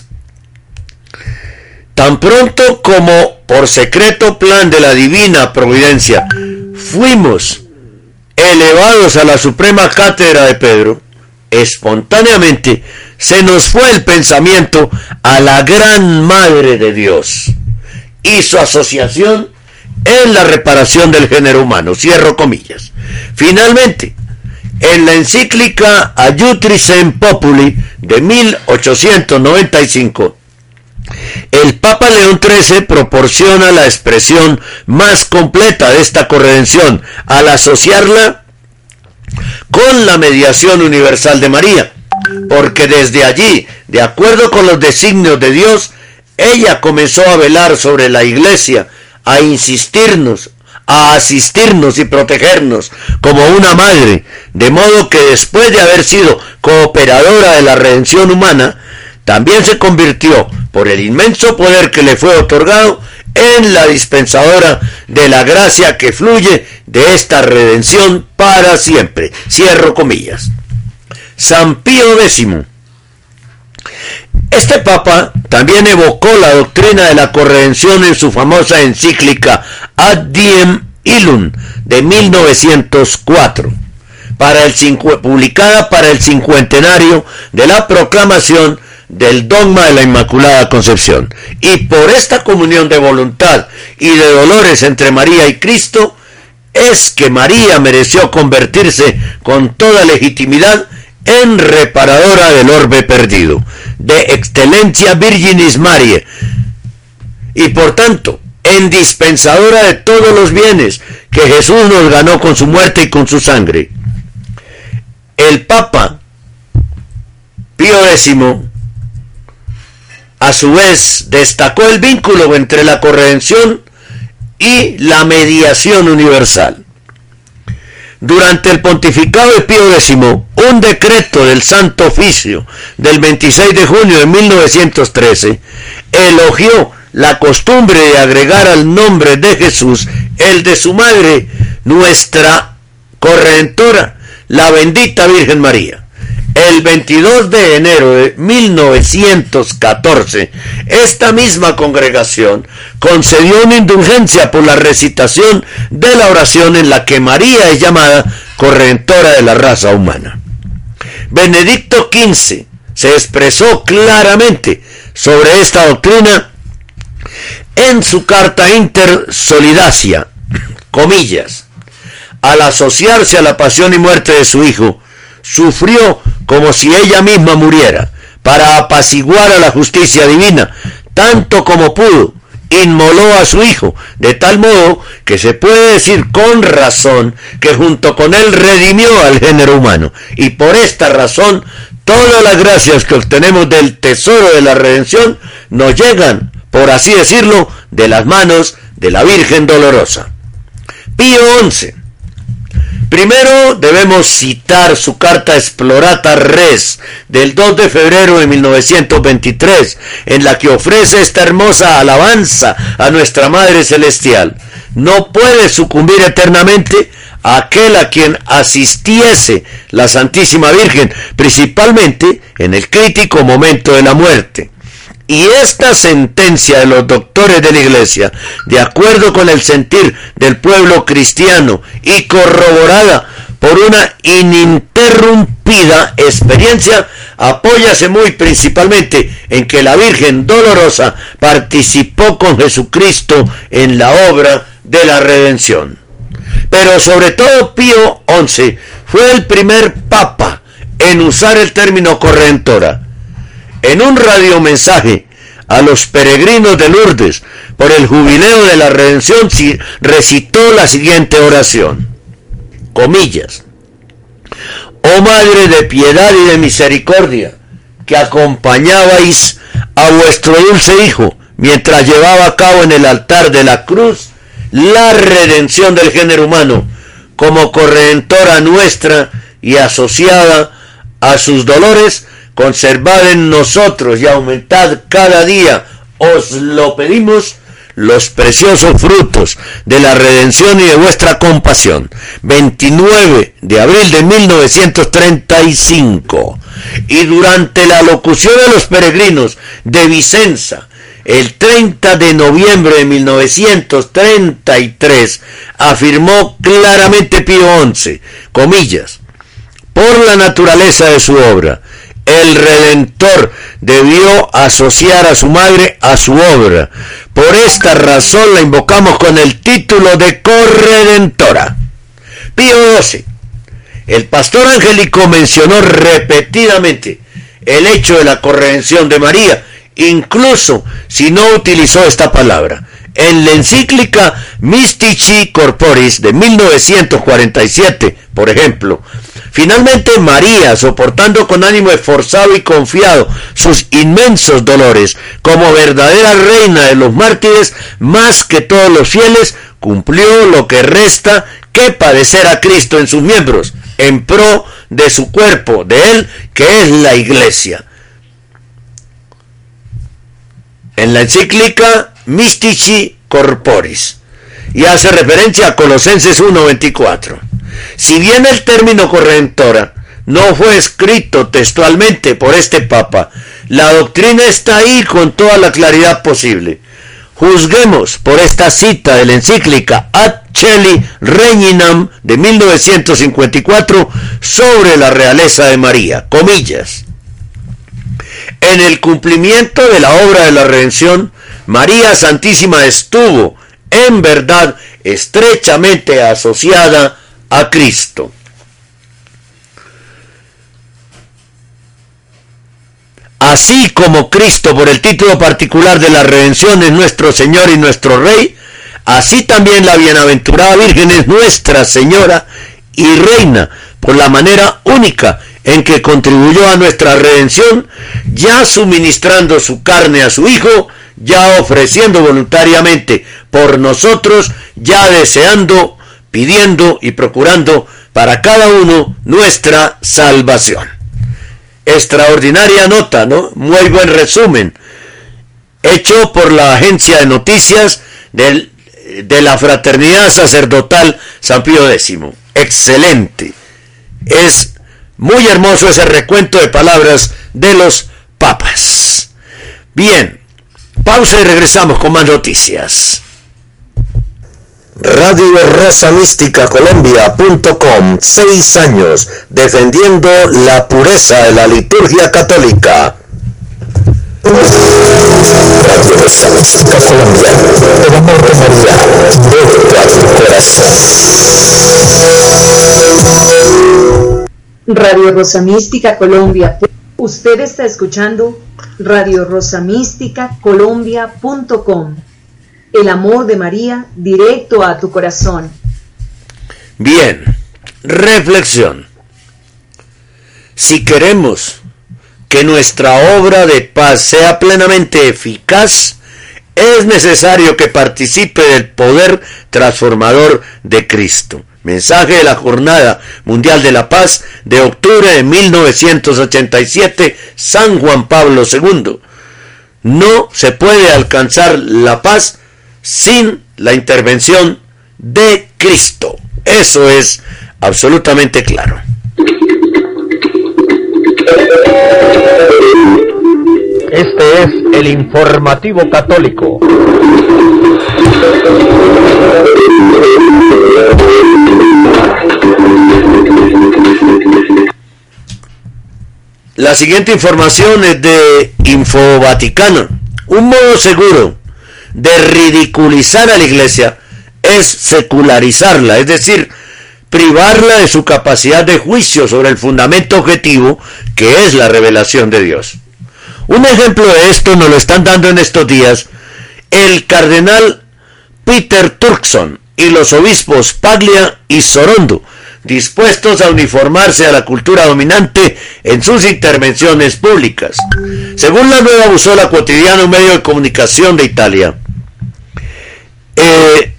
tan pronto como por secreto plan de la divina providencia fuimos elevados a la suprema cátedra de Pedro, espontáneamente se nos fue el pensamiento a la gran Madre de Dios y su asociación en la reparación del género humano. Cierro comillas. Finalmente, en la encíclica Aiutricem Populi de mil ochocientos noventa y cinco, el Papa León trece proporciona la expresión más completa de esta corredención al asociarla con la mediación universal de María, porque desde allí, de acuerdo con los designios de Dios, ella comenzó a velar sobre la Iglesia, a insistirnos, a asistirnos y protegernos como una madre, de modo que después de haber sido cooperadora de la redención humana, también se convirtió, por el inmenso poder que le fue otorgado, en la dispensadora de la gracia que fluye de esta redención para siempre. Cierro comillas. San Pío X. Este Papa también evocó la doctrina de la corredención en su famosa encíclica Ad Diem Illum de mil novecientos cuatro, para el cincu- publicada para el cincuentenario de la proclamación del dogma de la Inmaculada Concepción. Y por esta comunión de voluntad y de dolores entre María y Cristo, es que María mereció convertirse con toda legitimidad en reparadora del orbe perdido, de excelencia Virginis Mariae, y por tanto, en dispensadora de todos los bienes que Jesús nos ganó con su muerte y con su sangre. El Papa Pío X, a su vez, destacó el vínculo entre la corredención y la mediación universal. Durante el pontificado de Pío X, un decreto del Santo Oficio del veintiséis de junio de mil novecientos trece elogió la costumbre de agregar al nombre de Jesús el de su madre, nuestra corredentora, la bendita Virgen María. El veintidós de enero de mil novecientos catorce, esta misma congregación concedió una indulgencia por la recitación de la oración en la que María es llamada corredentora de la raza humana. Benedicto quince se expresó claramente sobre esta doctrina en su carta Inter Solidacia, comillas, al asociarse a la pasión y muerte de su Hijo, sufrió como si ella misma muriera, para apaciguar a la justicia divina, tanto como pudo, inmoló a su Hijo, de tal modo que se puede decir con razón que junto con él redimió al género humano, y por esta razón todas las gracias que obtenemos del tesoro de la redención nos llegan, por así decirlo, de las manos de la Virgen Dolorosa. Pío once. Primero debemos citar su carta Explorata Res del dos de febrero de mil novecientos veintitrés, en la que ofrece esta hermosa alabanza a nuestra Madre Celestial. No puede sucumbir eternamente aquel a quien asistiese la Santísima Virgen, principalmente en el crítico momento de la muerte. Y esta sentencia de los doctores de la Iglesia, de acuerdo con el sentir del pueblo cristiano y corroborada por una ininterrumpida experiencia, apóyase muy principalmente en que la Virgen Dolorosa participó con Jesucristo en la obra de la redención. Pero sobre todo Pío once fue el primer papa en usar el término corredentora. En un radiomensaje a los peregrinos de Lourdes por el jubileo de la redención, recitó la siguiente oración, comillas: oh Madre de piedad y de misericordia, que acompañabais a vuestro dulce Hijo mientras llevaba a cabo en el altar de la cruz la redención del género humano, como corredentora nuestra y asociada a sus dolores, conservad en nosotros y aumentad cada día, os lo pedimos, los preciosos frutos de la redención y de vuestra compasión. veintinueve de abril de mil novecientos treinta y cinco. Y durante la locución de los peregrinos de Vicenza, el treinta de noviembre de mil novecientos treinta y tres, afirmó claramente Pío once, comillas: por la naturaleza de su obra, el Redentor debió asociar a su madre a su obra. Por esta razón la invocamos con el título de corredentora. Pío doce. El pastor Angélico mencionó repetidamente el hecho de la corredención de María, incluso si no utilizó esta palabra. En la encíclica Mystici Corporis de mil novecientos cuarenta y siete, por ejemplo, finalmente María, soportando con ánimo esforzado y confiado sus inmensos dolores, como verdadera reina de los mártires, más que todos los fieles, cumplió lo que resta que padecer a Cristo en sus miembros, en pro de su cuerpo, de él, que es la Iglesia. En la encíclica Mystici Corporis, y hace referencia a Colosenses uno veinticuatro. Si bien el término corredentora no fue escrito textualmente por este papa, la doctrina está ahí con toda la claridad posible. Juzguemos por esta cita de la encíclica Ad Celi Reginam de mil novecientos cincuenta y cuatro sobre la realeza de María, comillas: en el cumplimiento de la obra de la redención, María Santísima estuvo, en verdad, estrechamente asociada a Cristo. Así como Cristo, por el título particular de la redención, es nuestro Señor y nuestro Rey, así también la bienaventurada Virgen es nuestra Señora y Reina, por la manera única en que contribuyó a nuestra redención, ya suministrando su carne a su Hijo, ya ofreciendo voluntariamente por nosotros, ya deseando, pidiendo y procurando para cada uno nuestra salvación. Extraordinaria nota, ¿no? Muy buen resumen, hecho por la agencia de noticias del, de la Fraternidad Sacerdotal San Pío X. Excelente. Es muy hermoso ese recuento de palabras de los papas. Bien, pausa y regresamos con más noticias. Radio Rosa Mística Colombia punto com, seis años defendiendo la pureza de la liturgia católica. Radio Rosa Mística Colombia, el amor de María, directo a tu corazón. Radio Rosa Mística Colombia. Usted está escuchando Radio Rosa Mística Colombia punto com. El amor de María, directo a tu corazón. Bien, reflexión. Si queremos que nuestra obra de paz sea plenamente eficaz, es necesario que participe del poder transformador de Cristo. Mensaje de la Jornada Mundial de la Paz de octubre de mil novecientos ochenta y siete, San Juan Pablo segundo. No se puede alcanzar la paz sin la intervención de Cristo. Eso es absolutamente claro. Este es el informativo católico. La siguiente información es de Infovaticano. Un modo seguro de ridiculizar a la Iglesia es secularizarla, es decir, privarla de su capacidad de juicio sobre el fundamento objetivo que es la revelación de Dios. Un ejemplo de esto nos lo están dando en estos días el cardenal Peter Turkson y los obispos Paglia y Sorondo, dispuestos a uniformarse a la cultura dominante en sus intervenciones públicas. Según la Nueva Busola Quotidiana, un medio de comunicación de Italia, eh,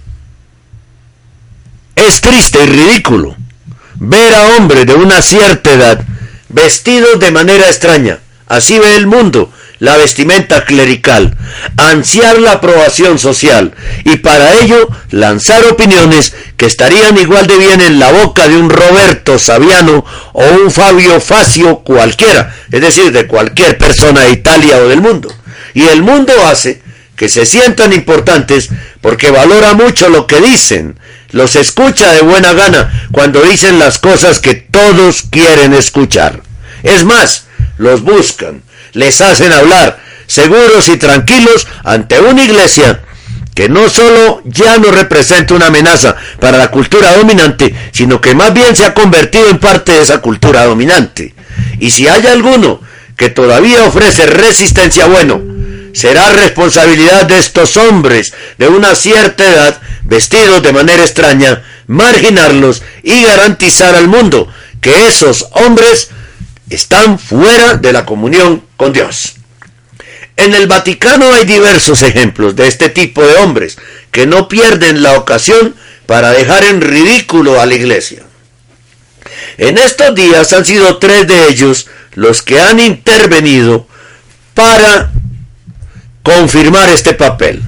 es triste y ridículo ver a hombres de una cierta edad vestidos de manera extraña. Así ve el mundo la vestimenta clerical, ansiar la aprobación social y para ello lanzar opiniones que estarían igual de bien en la boca de un Roberto Saviano o un Fabio Facio cualquiera, es decir, de cualquier persona de Italia o del mundo. Y el mundo hace que se sientan importantes porque valora mucho lo que dicen, los escucha de buena gana cuando dicen las cosas que todos quieren escuchar. Es más, los buscan, les hacen hablar, seguros y tranquilos ante una iglesia que no solo ya no representa una amenaza para la cultura dominante, sino que más bien se ha convertido en parte de esa cultura dominante. Y si hay alguno que todavía ofrece resistencia, bueno, será responsabilidad de estos hombres de una cierta edad, vestidos de manera extraña, marginarlos y garantizar al mundo que esos hombres están fuera de la comunión con Dios. En el Vaticano hay diversos ejemplos de este tipo de hombres que no pierden la ocasión para dejar en ridículo a la Iglesia. En estos días han sido tres de ellos los que han intervenido para confirmar este papel.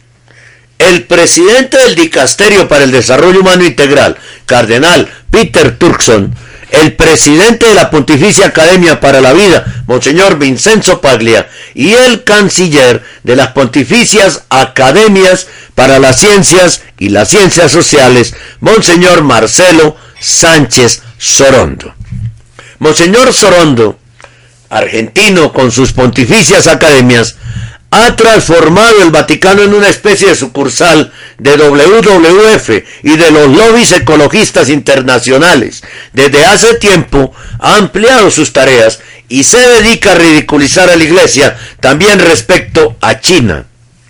El presidente del Dicasterio para el Desarrollo Humano Integral, cardenal Peter Turkson, el presidente de la Pontificia Academia para la Vida, Monseñor Vincenzo Paglia, y el canciller de las Pontificias Academias para las Ciencias y las Ciencias Sociales, Monseñor Marcelo Sánchez Sorondo. Monseñor Sorondo, argentino con sus Pontificias Academias, ha transformado el Vaticano en una especie de sucursal de W W F y de los lobbies ecologistas internacionales. Desde hace tiempo ha ampliado sus tareas y se dedica a ridiculizar a la Iglesia también respecto a China.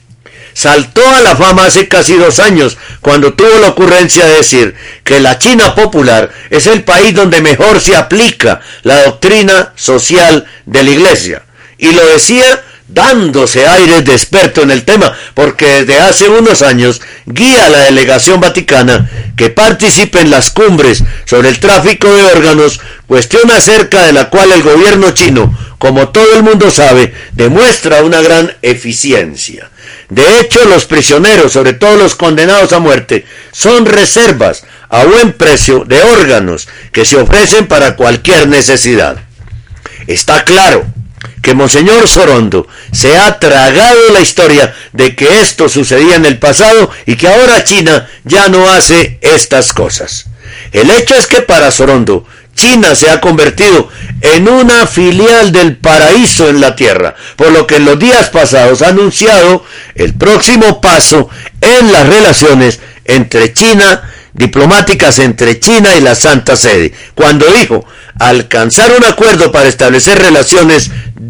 Saltó a la fama hace casi dos años cuando tuvo la ocurrencia de decir que la China popular es el país donde mejor se aplica la doctrina social de la Iglesia. Y lo decía dándose aires de experto en el tema, porque desde hace unos años guía a la delegación vaticana que participe en las cumbres sobre el tráfico de órganos, cuestión acerca de la cual el gobierno chino, como todo el mundo sabe, demuestra una gran eficiencia. De hecho, los prisioneros, sobre todo los condenados a muerte, son reservas a buen precio de órganos que se ofrecen para cualquier necesidad. Está claro que Monseñor Sorondo se ha tragado la historia de que esto sucedía en el pasado y que ahora China ya no hace estas cosas. El hecho es que para Sorondo, China se ha convertido en una filial del paraíso en la tierra, por lo que en los días pasados ha anunciado el próximo paso en las relaciones entre China, diplomáticas entre China y la Santa Sede, cuando dijo alcanzar un acuerdo para establecer relaciones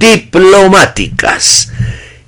diplomáticas.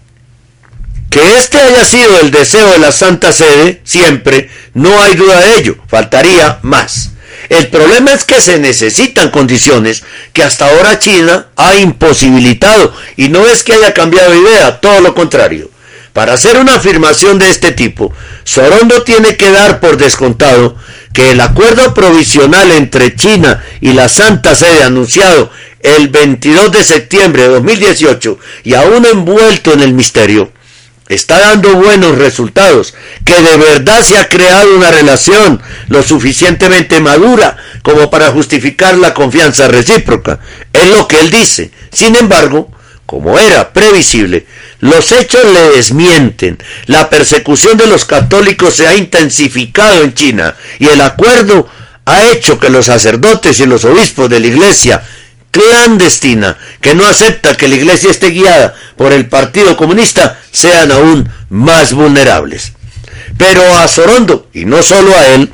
Que este haya sido el deseo de la Santa Sede siempre, no hay duda de ello, faltaría más. El problema es que se necesitan condiciones que hasta ahora China ha imposibilitado, y no es que haya cambiado de idea, todo lo contrario. Para hacer una afirmación de este tipo, Sorondo tiene que dar por descontado que el acuerdo provisional entre China y la Santa Sede anunciado el veintidós de septiembre de dos mil dieciocho y aún envuelto en el misterio, está dando buenos resultados, que de verdad se ha creado una relación lo suficientemente madura como para justificar la confianza recíproca. Es lo que él dice. Sin embargo, como era previsible, los hechos le desmienten. La persecución de los católicos se ha intensificado en China y el acuerdo ha hecho que los sacerdotes y los obispos de la iglesia clandestina, que no acepta que la iglesia esté guiada por el Partido Comunista, sean aún más vulnerables. Pero a Sorondo, y no solo a él,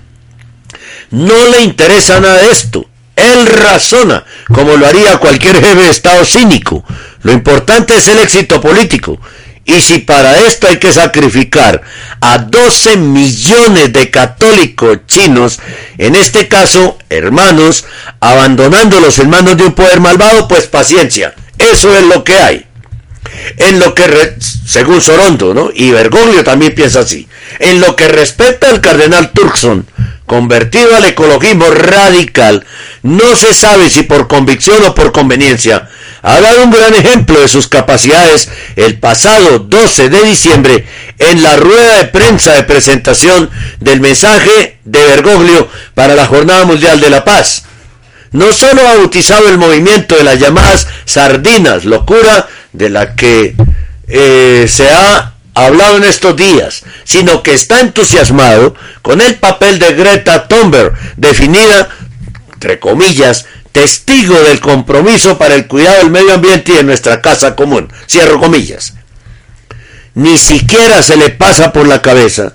no le interesa nada de esto. Él razona como lo haría cualquier jefe de Estado cínico. Lo importante es el éxito político. Y si para esto hay que sacrificar a doce millones de católicos chinos, en este caso hermanos, abandonándolos en manos de un poder malvado, pues paciencia, eso es lo que hay. En lo que, re, según Sorondo, ¿no? Y Bergoglio también piensa así, en lo que respecta al cardenal Turkson, convertido al ecologismo radical, no se sabe si por convicción o por conveniencia, ha dado un gran ejemplo de sus capacidades el pasado doce de diciembre en la rueda de prensa de presentación del mensaje de Bergoglio para la Jornada Mundial de la Paz. No solo ha bautizado el movimiento de las llamadas sardinas, locura de la que eh, se ha hablado en estos días, sino que está entusiasmado con el papel de Greta Thunberg, definida, entre comillas, testigo del compromiso para el cuidado del medio ambiente y de nuestra casa común, cierro comillas. Ni siquiera se le pasa por la cabeza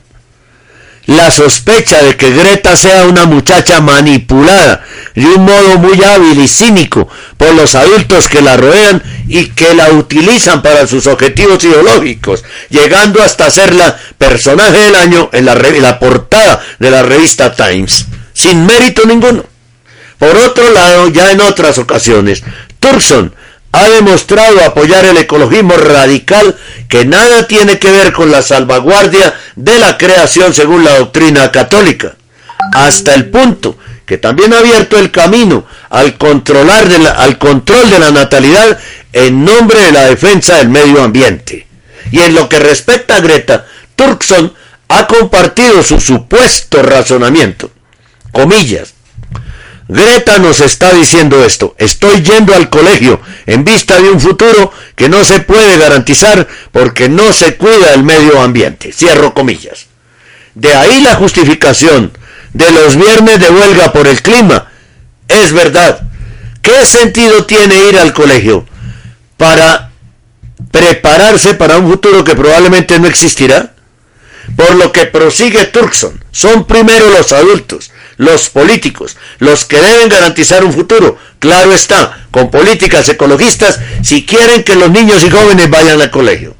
la sospecha de que Greta sea una muchacha manipulada de un modo muy hábil y cínico por los adultos que la rodean y que la utilizan para sus objetivos ideológicos, llegando hasta ser la personaje del año en la, en la portada de la revista Times, sin mérito ninguno. Por otro lado, ya en otras ocasiones, Turkson ha demostrado apoyar el ecologismo radical que nada tiene que ver con la salvaguardia de la creación según la doctrina católica, hasta el punto que también ha abierto el camino al, controlar de la, al control de la natalidad en nombre de la defensa del medio ambiente. Y en lo que respecta a Greta, Turkson ha compartido su supuesto razonamiento. Comillas. Greta nos está diciendo esto: estoy yendo al colegio en vista de un futuro que no se puede garantizar porque no se cuida el medio ambiente. Cierro comillas. De ahí la justificación de los viernes de huelga por el clima. Es verdad. ¿Qué sentido tiene ir al colegio? Para prepararse para un futuro que probablemente no existirá. Por lo que prosigue Turkson, son primero los adultos, los políticos, los que deben garantizar un futuro, claro está, con políticas ecologistas, si quieren que los niños y jóvenes vayan al colegio.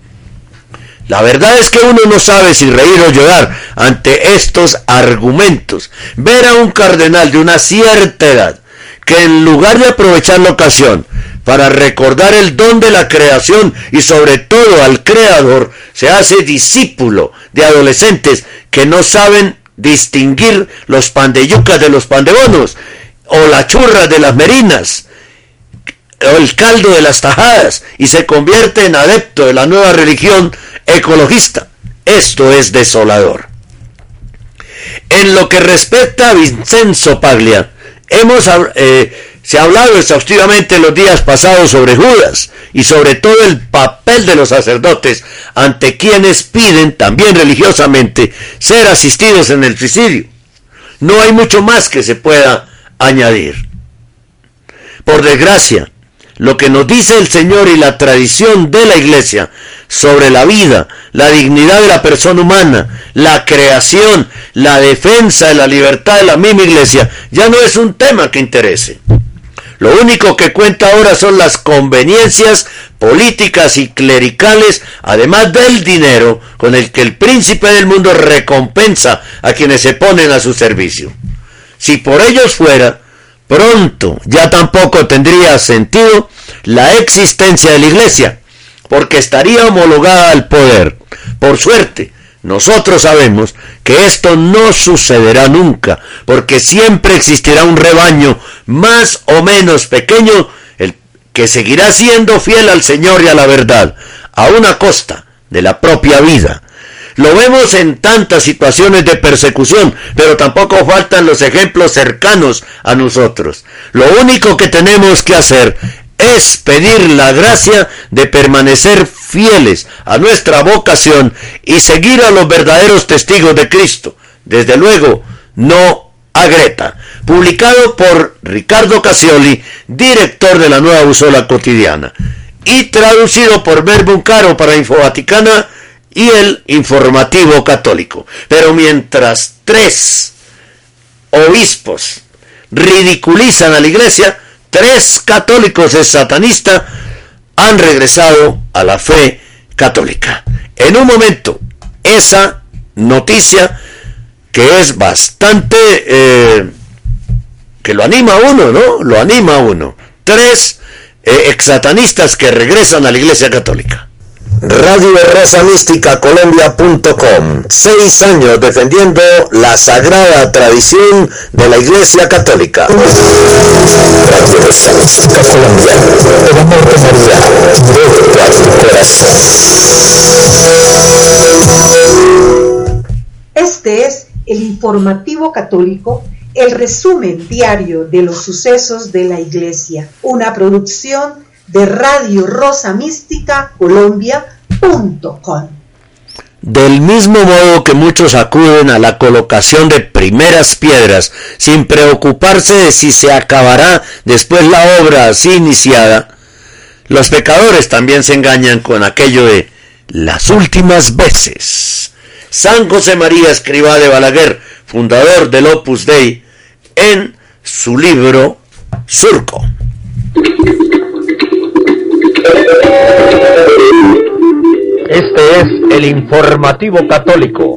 La verdad es que uno no sabe si reír o llorar ante estos argumentos. Ver a un cardenal de una cierta edad, que en lugar de aprovechar la ocasión para recordar el don de la creación y sobre todo al Creador, se hace discípulo de adolescentes que no saben distinguir los pan de yucas de los pan de bonos, o la churra de las merinas, o el caldo de las tajadas, y se convierte en adepto de la nueva religión ecologista. Esto es desolador. En lo que respecta a Vincenzo Paglia, hemos eh, se ha hablado exhaustivamente en los días pasados sobre Judas y sobre todo el papel de los sacerdotes ante quienes piden también religiosamente ser asistidos en el suicidio. No hay mucho más que se pueda añadir. Por desgracia, lo que nos dice el Señor y la tradición de la Iglesia sobre la vida, la dignidad de la persona humana, la creación, la defensa de la libertad de la misma Iglesia, ya no es un tema que interese. Lo único que cuenta ahora son las conveniencias políticas y clericales, además del dinero con el que el príncipe del mundo recompensa a quienes se ponen a su servicio. Si por ellos fuera, pronto ya tampoco tendría sentido la existencia de la Iglesia, porque estaría homologada al poder. Por suerte, nosotros sabemos que esto no sucederá nunca, porque siempre existirá un rebaño más o menos pequeño, el que seguirá siendo fiel al Señor y a la verdad, a una costa de la propia vida. Lo vemos en tantas situaciones de persecución, pero tampoco faltan los ejemplos cercanos a nosotros. Lo único que tenemos que hacer es pedir la gracia de permanecer fieles a nuestra vocación y seguir a los verdaderos testigos de Cristo. Desde luego, no a Greta. Publicado por Ricardo Casioli, director de la Nueva Busola Cotidiana, y traducido por Verbum Caro para Infovaticana y el Informativo Católico. Pero mientras tres obispos ridiculizan a la Iglesia, tres católicos es satanista han regresado a la fe católica. En un momento, esa noticia que es bastante, eh, que lo anima a uno, ¿no? Lo anima a uno. Tres eh, exsatanistas que regresan a la Iglesia Católica. Radio Rosa Mística Colombia punto com. Seis años defendiendo la sagrada tradición de la Iglesia Católica. Radio Rosa Mística Colombia, el amor de María, directo a tu corazón. Este es el Informativo Católico, el resumen diario de los sucesos de la Iglesia, una producción de Radio Rosa Mística Colombia punto com. Del mismo modo que muchos acuden a la colocación de primeras piedras sin preocuparse de si se acabará después la obra así iniciada, los pecadores también se engañan con aquello de las últimas veces. San José María Escrivá de Balaguer, fundador del Opus Dei, en su libro Surco. Este es el Informativo Católico.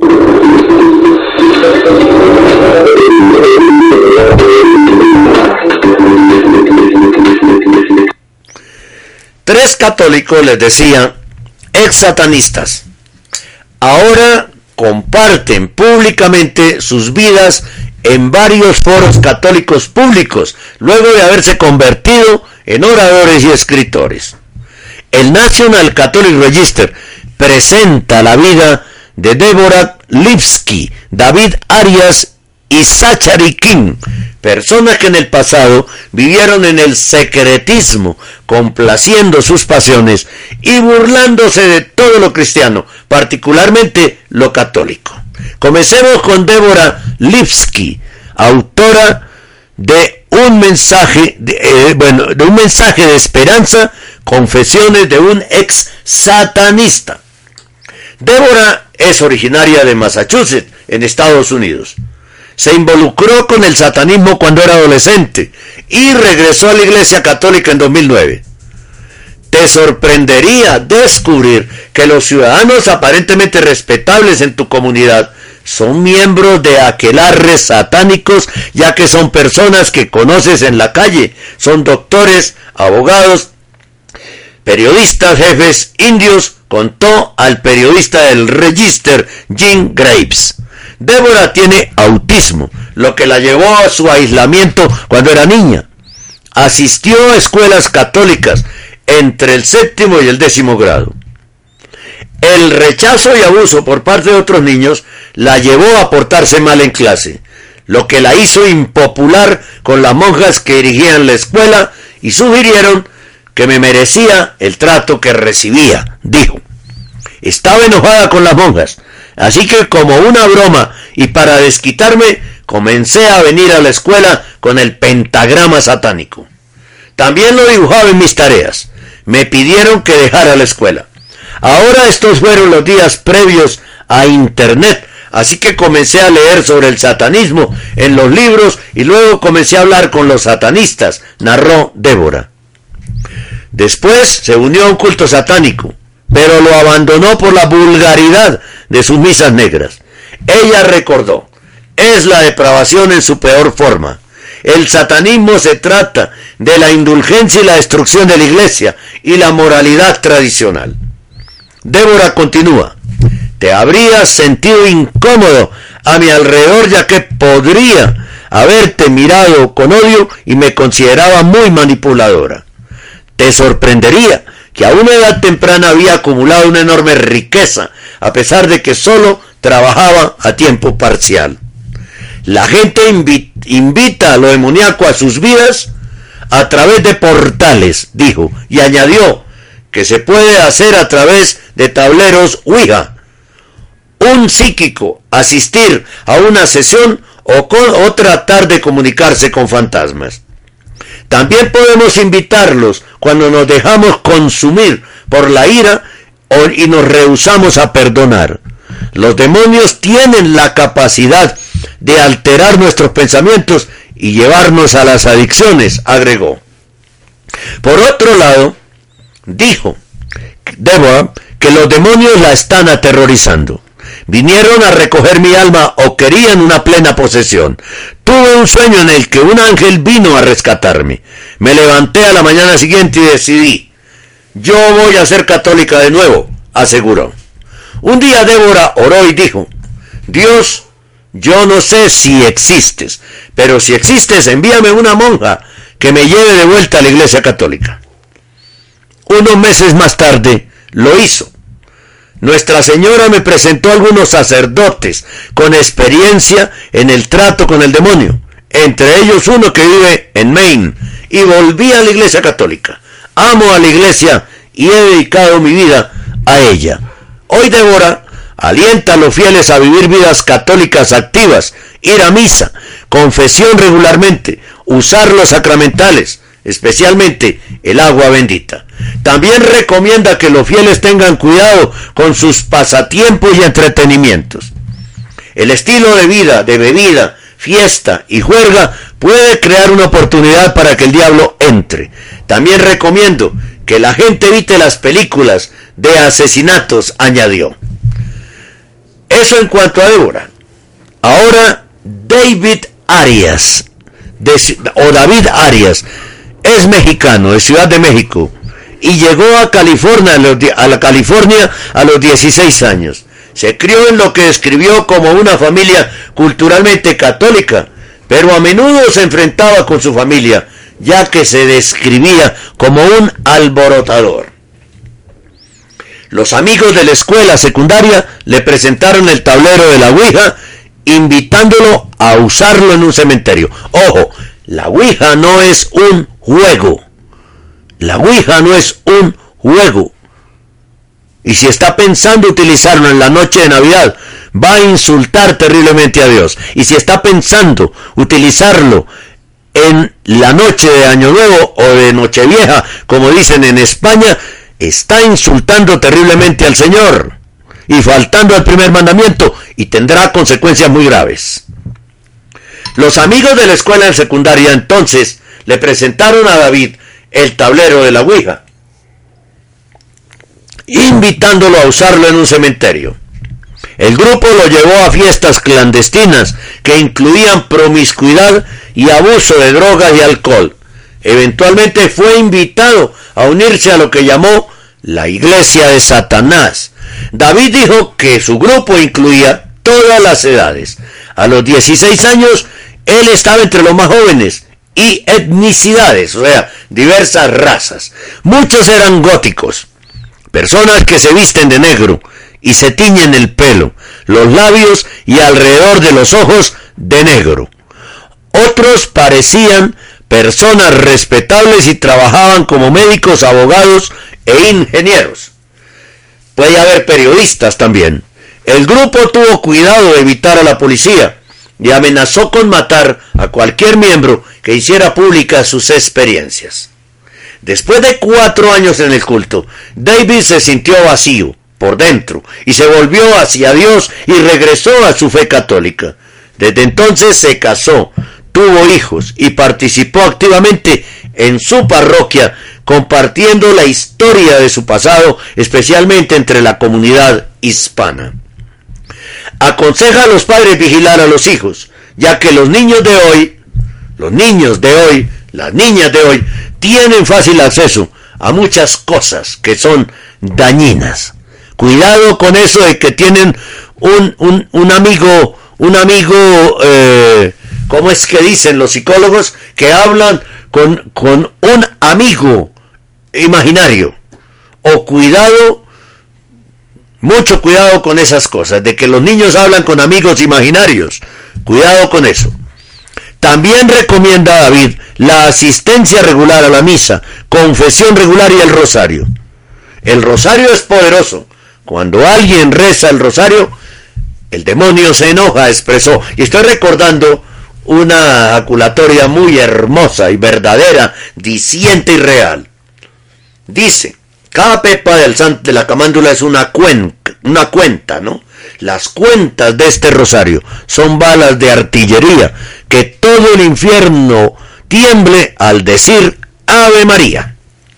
Tres católicos, les decía, ex satanistas, ahora comparten públicamente sus vidas en varios foros católicos públicos, luego de haberse convertido en oradores y escritores. El National Catholic Register presenta la vida de Deborah Lipsky, David Arias y Zachary King, personas que en el pasado vivieron en el secretismo, complaciendo sus pasiones y burlándose de todo lo cristiano, particularmente lo católico. Comencemos con Deborah Lipsky, autora de un mensaje de, eh, bueno, de un mensaje de esperanza, confesiones de un ex satanista. Deborah es originaria de Massachusetts, en Estados Unidos. Se involucró con el satanismo cuando era adolescente y regresó a la Iglesia Católica en dos mil nueve. Te sorprendería descubrir que los ciudadanos aparentemente respetables en tu comunidad son miembros de aquelarres satánicos, ya que son personas que conoces en la calle, son doctores, abogados, periodistas, jefes indios, contó al periodista del Register, Jim Graves. Deborah tiene autismo, lo que la llevó a su aislamiento cuando era niña. Asistió a escuelas católicas entre el séptimo y el décimo grado. El rechazo y abuso por parte de otros niños la llevó a portarse mal en clase, lo que la hizo impopular con las monjas que dirigían la escuela y sugirieron que me merecía el trato que recibía, dijo. Estaba enojada con las monjas, así que como una broma y para desquitarme, comencé a venir a la escuela con el pentagrama satánico. También lo dibujaba en mis tareas. Me pidieron que dejara la escuela. Ahora estos fueron los días previos a internet, así que comencé a leer sobre el satanismo en los libros y luego comencé a hablar con los satanistas, narró Deborah. Después se unió a un culto satánico, pero lo abandonó por la vulgaridad de sus misas negras. Ella recordó, es la depravación en su peor forma. El satanismo se trata de la indulgencia y la destrucción de la iglesia y la moralidad tradicional. Deborah continúa, te habrías sentido incómodo a mi alrededor, ya que podría haberte mirado con odio y me consideraba muy manipuladora. Te sorprendería que a una edad temprana había acumulado una enorme riqueza, a pesar de que solo trabajaba a tiempo parcial. La gente invi- invita a lo demoníaco a sus vidas, a través de portales, dijo, y añadió que se puede hacer a través de tableros Ouija. Un psíquico asistir a una sesión o, con, o tratar de comunicarse con fantasmas. También podemos invitarlos cuando nos dejamos consumir por la ira o, y nos rehusamos a perdonar. Los demonios tienen la capacidad de alterar nuestros pensamientos y llevarnos a las adicciones, agregó. Por otro lado, dijo Deborah que los demonios la están aterrorizando. Vinieron a recoger mi alma o querían una plena posesión. Tuve un sueño en el que un ángel vino a rescatarme. Me levanté a la mañana siguiente y decidí, yo voy a ser católica de nuevo, aseguró. Un día Débora oró y dijo, Dios, yo no sé si existes, pero si existes, envíame una monja que me lleve de vuelta a la iglesia católica. Unos meses más tarde lo hizo. Nuestra Señora me presentó a algunos sacerdotes con experiencia en el trato con el demonio, entre ellos uno que vive en Maine, y volví a la iglesia católica. Amo a la iglesia y he dedicado mi vida a ella. Hoy Débora alienta a los fieles a vivir vidas católicas activas, ir a misa, confesión regularmente, usar los sacramentales, especialmente el agua bendita. También recomienda que los fieles tengan cuidado con sus pasatiempos y entretenimientos. El estilo de vida, de bebida, fiesta y juerga puede crear una oportunidad para que el diablo entre. También recomiendo que la gente evite las películas de asesinatos, añadió. Eso en cuanto a Débora. Ahora David Arias, de, o David Arias, es mexicano, de Ciudad de México, y llegó a California, a la California a los dieciséis años. Se crió en lo que describió como una familia culturalmente católica, pero a menudo se enfrentaba con su familia, ya que se describía como un alborotador. Los amigos de la escuela secundaria le presentaron el tablero de la Ouija, invitándolo a usarlo en un cementerio. Ojo, la Ouija no es un juego. La Ouija no es un juego. Y si está pensando utilizarlo en la noche de Navidad, va a insultar terriblemente a Dios. Y si está pensando utilizarlo en la noche de Año Nuevo o de Nochevieja, como dicen en España, está insultando terriblemente al Señor y faltando al primer mandamiento, y tendrá consecuencias muy graves. Los amigos de la escuela secundaria entonces le presentaron a David el tablero de la Ouija, invitándolo a usarlo en un cementerio. El grupo lo llevó a fiestas clandestinas que incluían promiscuidad y abuso de drogas y alcohol. Eventualmente fue invitado a unirse a lo que llamó la iglesia de Satanás. David dijo que su grupo incluía todas las edades. A los dieciséis años, él estaba entre los más jóvenes y etnicidades, o sea, diversas razas. Muchos eran góticos, personas que se visten de negro y se tiñen el pelo, los labios y alrededor de los ojos de negro. Otros parecían personas respetables y trabajaban como médicos, abogados e ingenieros. Puede haber periodistas también. El grupo tuvo cuidado de evitar a la policía y amenazó con matar a cualquier miembro que hiciera públicas sus experiencias. Después de cuatro años en el culto, David se sintió vacío por dentro y se volvió hacia Dios y regresó a su fe católica. Desde entonces se casó, tuvo hijos y participó activamente en su parroquia, compartiendo la historia de su pasado, especialmente entre la comunidad hispana. Aconseja a los padres vigilar a los hijos, ya que los niños de hoy, los niños de hoy, las niñas de hoy, tienen fácil acceso a muchas cosas que son dañinas. Cuidado con eso de que tienen un, un, un amigo, un amigo, eh, ¿cómo es que dicen los psicólogos? Que hablan con, con un amigo imaginario. O cuidado, mucho cuidado con esas cosas, de que los niños hablan con amigos imaginarios. Cuidado con eso. También recomienda a David la asistencia regular a la misa, confesión regular y el rosario. El rosario es poderoso. Cuando alguien reza el rosario, el demonio se enoja, expresó. Y estoy recordando una ejaculatoria muy hermosa y verdadera, diciente y real. Dice, cada pepa del san, de la camándula es una cuenca, una cuenta, ¿no? Las cuentas de este rosario son balas de artillería, que todo el infierno tiemble al decir Ave María.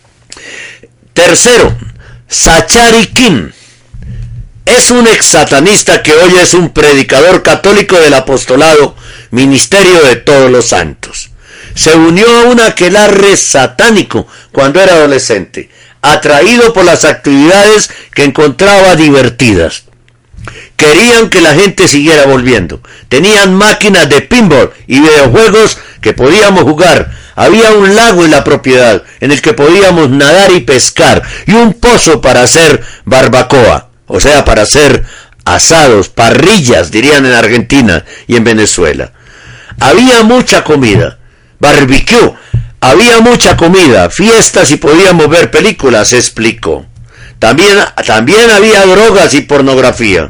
Tercero, Zachary Kim. Es un ex satanista que hoy es un predicador católico del apostolado Ministerio de Todos los Santos. Se unió a un aquelarre satánico cuando era adolescente, atraído por las actividades que encontraba divertidas. Querían que la gente siguiera volviendo. Tenían máquinas de pinball y videojuegos que podíamos jugar. Había un lago en la propiedad en el que podíamos nadar y pescar, y un pozo para hacer barbacoa, o sea, para hacer asados, parrillas, dirían en Argentina y en Venezuela. Había mucha comida, barbecue, había mucha comida, fiestas y podíamos ver películas, explicó. También, también había drogas y pornografía.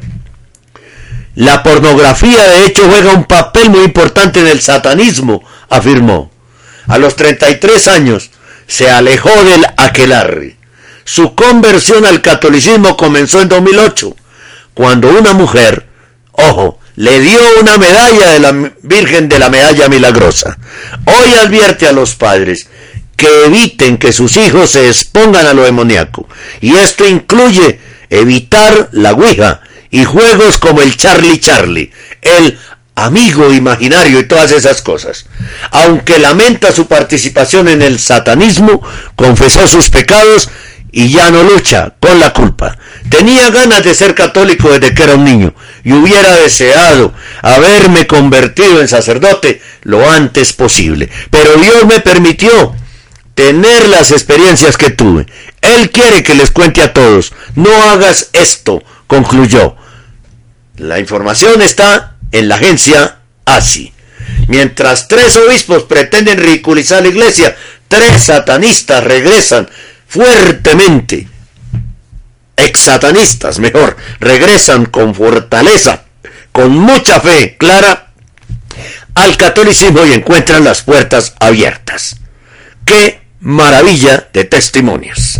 La pornografía, de hecho, juega un papel muy importante en el satanismo, afirmó. A los treinta y tres años se alejó del aquelarre. Su conversión al catolicismo comenzó en dos mil ocho, cuando una mujer, ojo, le dio una medalla de la Virgen de la Medalla Milagrosa. Hoy advierte a los padres que eviten que sus hijos se expongan a lo demoníaco, y esto incluye evitar la ouija y juegos como el Charlie Charlie, el amigo imaginario y todas esas cosas. Aunque lamenta su participación en el satanismo, confesó sus pecados y ya no lucha con la culpa. Tenía ganas de ser católico desde que era un niño y hubiera deseado haberme convertido en sacerdote lo antes posible, pero Dios me permitió tener las experiencias que tuve. Él quiere que les cuente a todos. No hagas esto, concluyó. La información está en la agencia A S I. Mientras tres obispos pretenden ridiculizar la iglesia, tres satanistas regresan fuertemente, ex-satanistas mejor, regresan con fortaleza, con mucha fe clara al catolicismo y encuentran las puertas abiertas. ¡Qué maravilla de testimonios!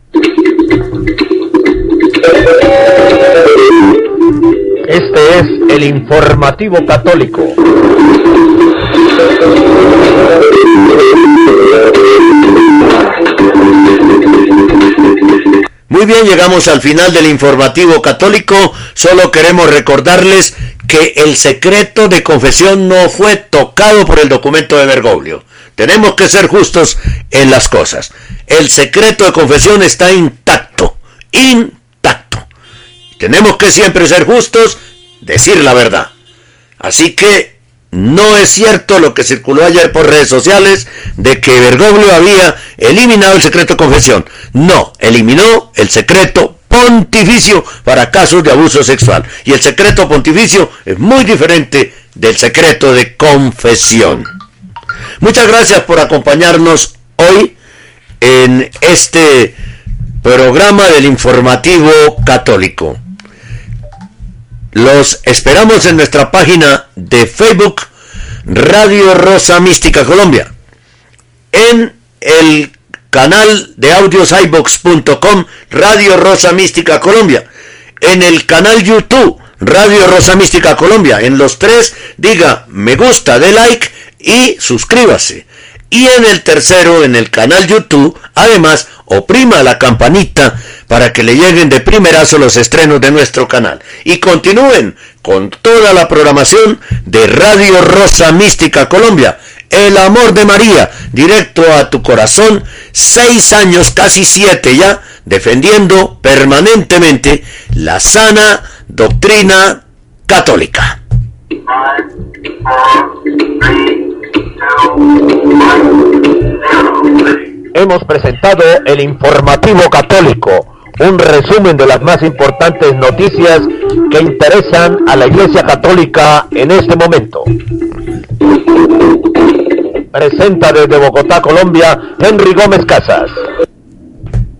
Este es el informativo católico. Muy bien, llegamos al final del informativo católico. Solo queremos recordarles que el secreto de confesión no fue tocado por el documento de Bergoglio. Tenemos que ser justos en las cosas. El secreto de confesión está intacto, intacto. Tenemos que siempre ser justos, decir la verdad. Así que no es cierto lo que circuló ayer por redes sociales de que Bergoglio había eliminado el secreto de confesión. No, eliminó el secreto pontificio para casos de abuso sexual. Y el secreto pontificio es muy diferente del secreto de confesión. Muchas gracias por acompañarnos hoy en este programa del informativo católico. Los esperamos en nuestra página de Facebook, Radio Rosa Mística Colombia, en el canal de audios i vox punto com, Radio Rosa Mística Colombia, en el canal YouTube, Radio Rosa Mística Colombia. En los tres, diga me gusta, dé like y suscríbase. Y en el tercero, en el canal YouTube, además, oprima la campanita para que le lleguen de primerazo los estrenos de nuestro canal. Y continúen con toda la programación de Radio Rosa Mística Colombia. El amor de María, directo a tu corazón, seis años, casi siete ya, defendiendo permanentemente la sana doctrina católica. Hemos presentado el informativo católico, un resumen de las más importantes noticias que interesan a la Iglesia Católica en este momento. Presenta desde Bogotá, Colombia, Henry Gómez Casas.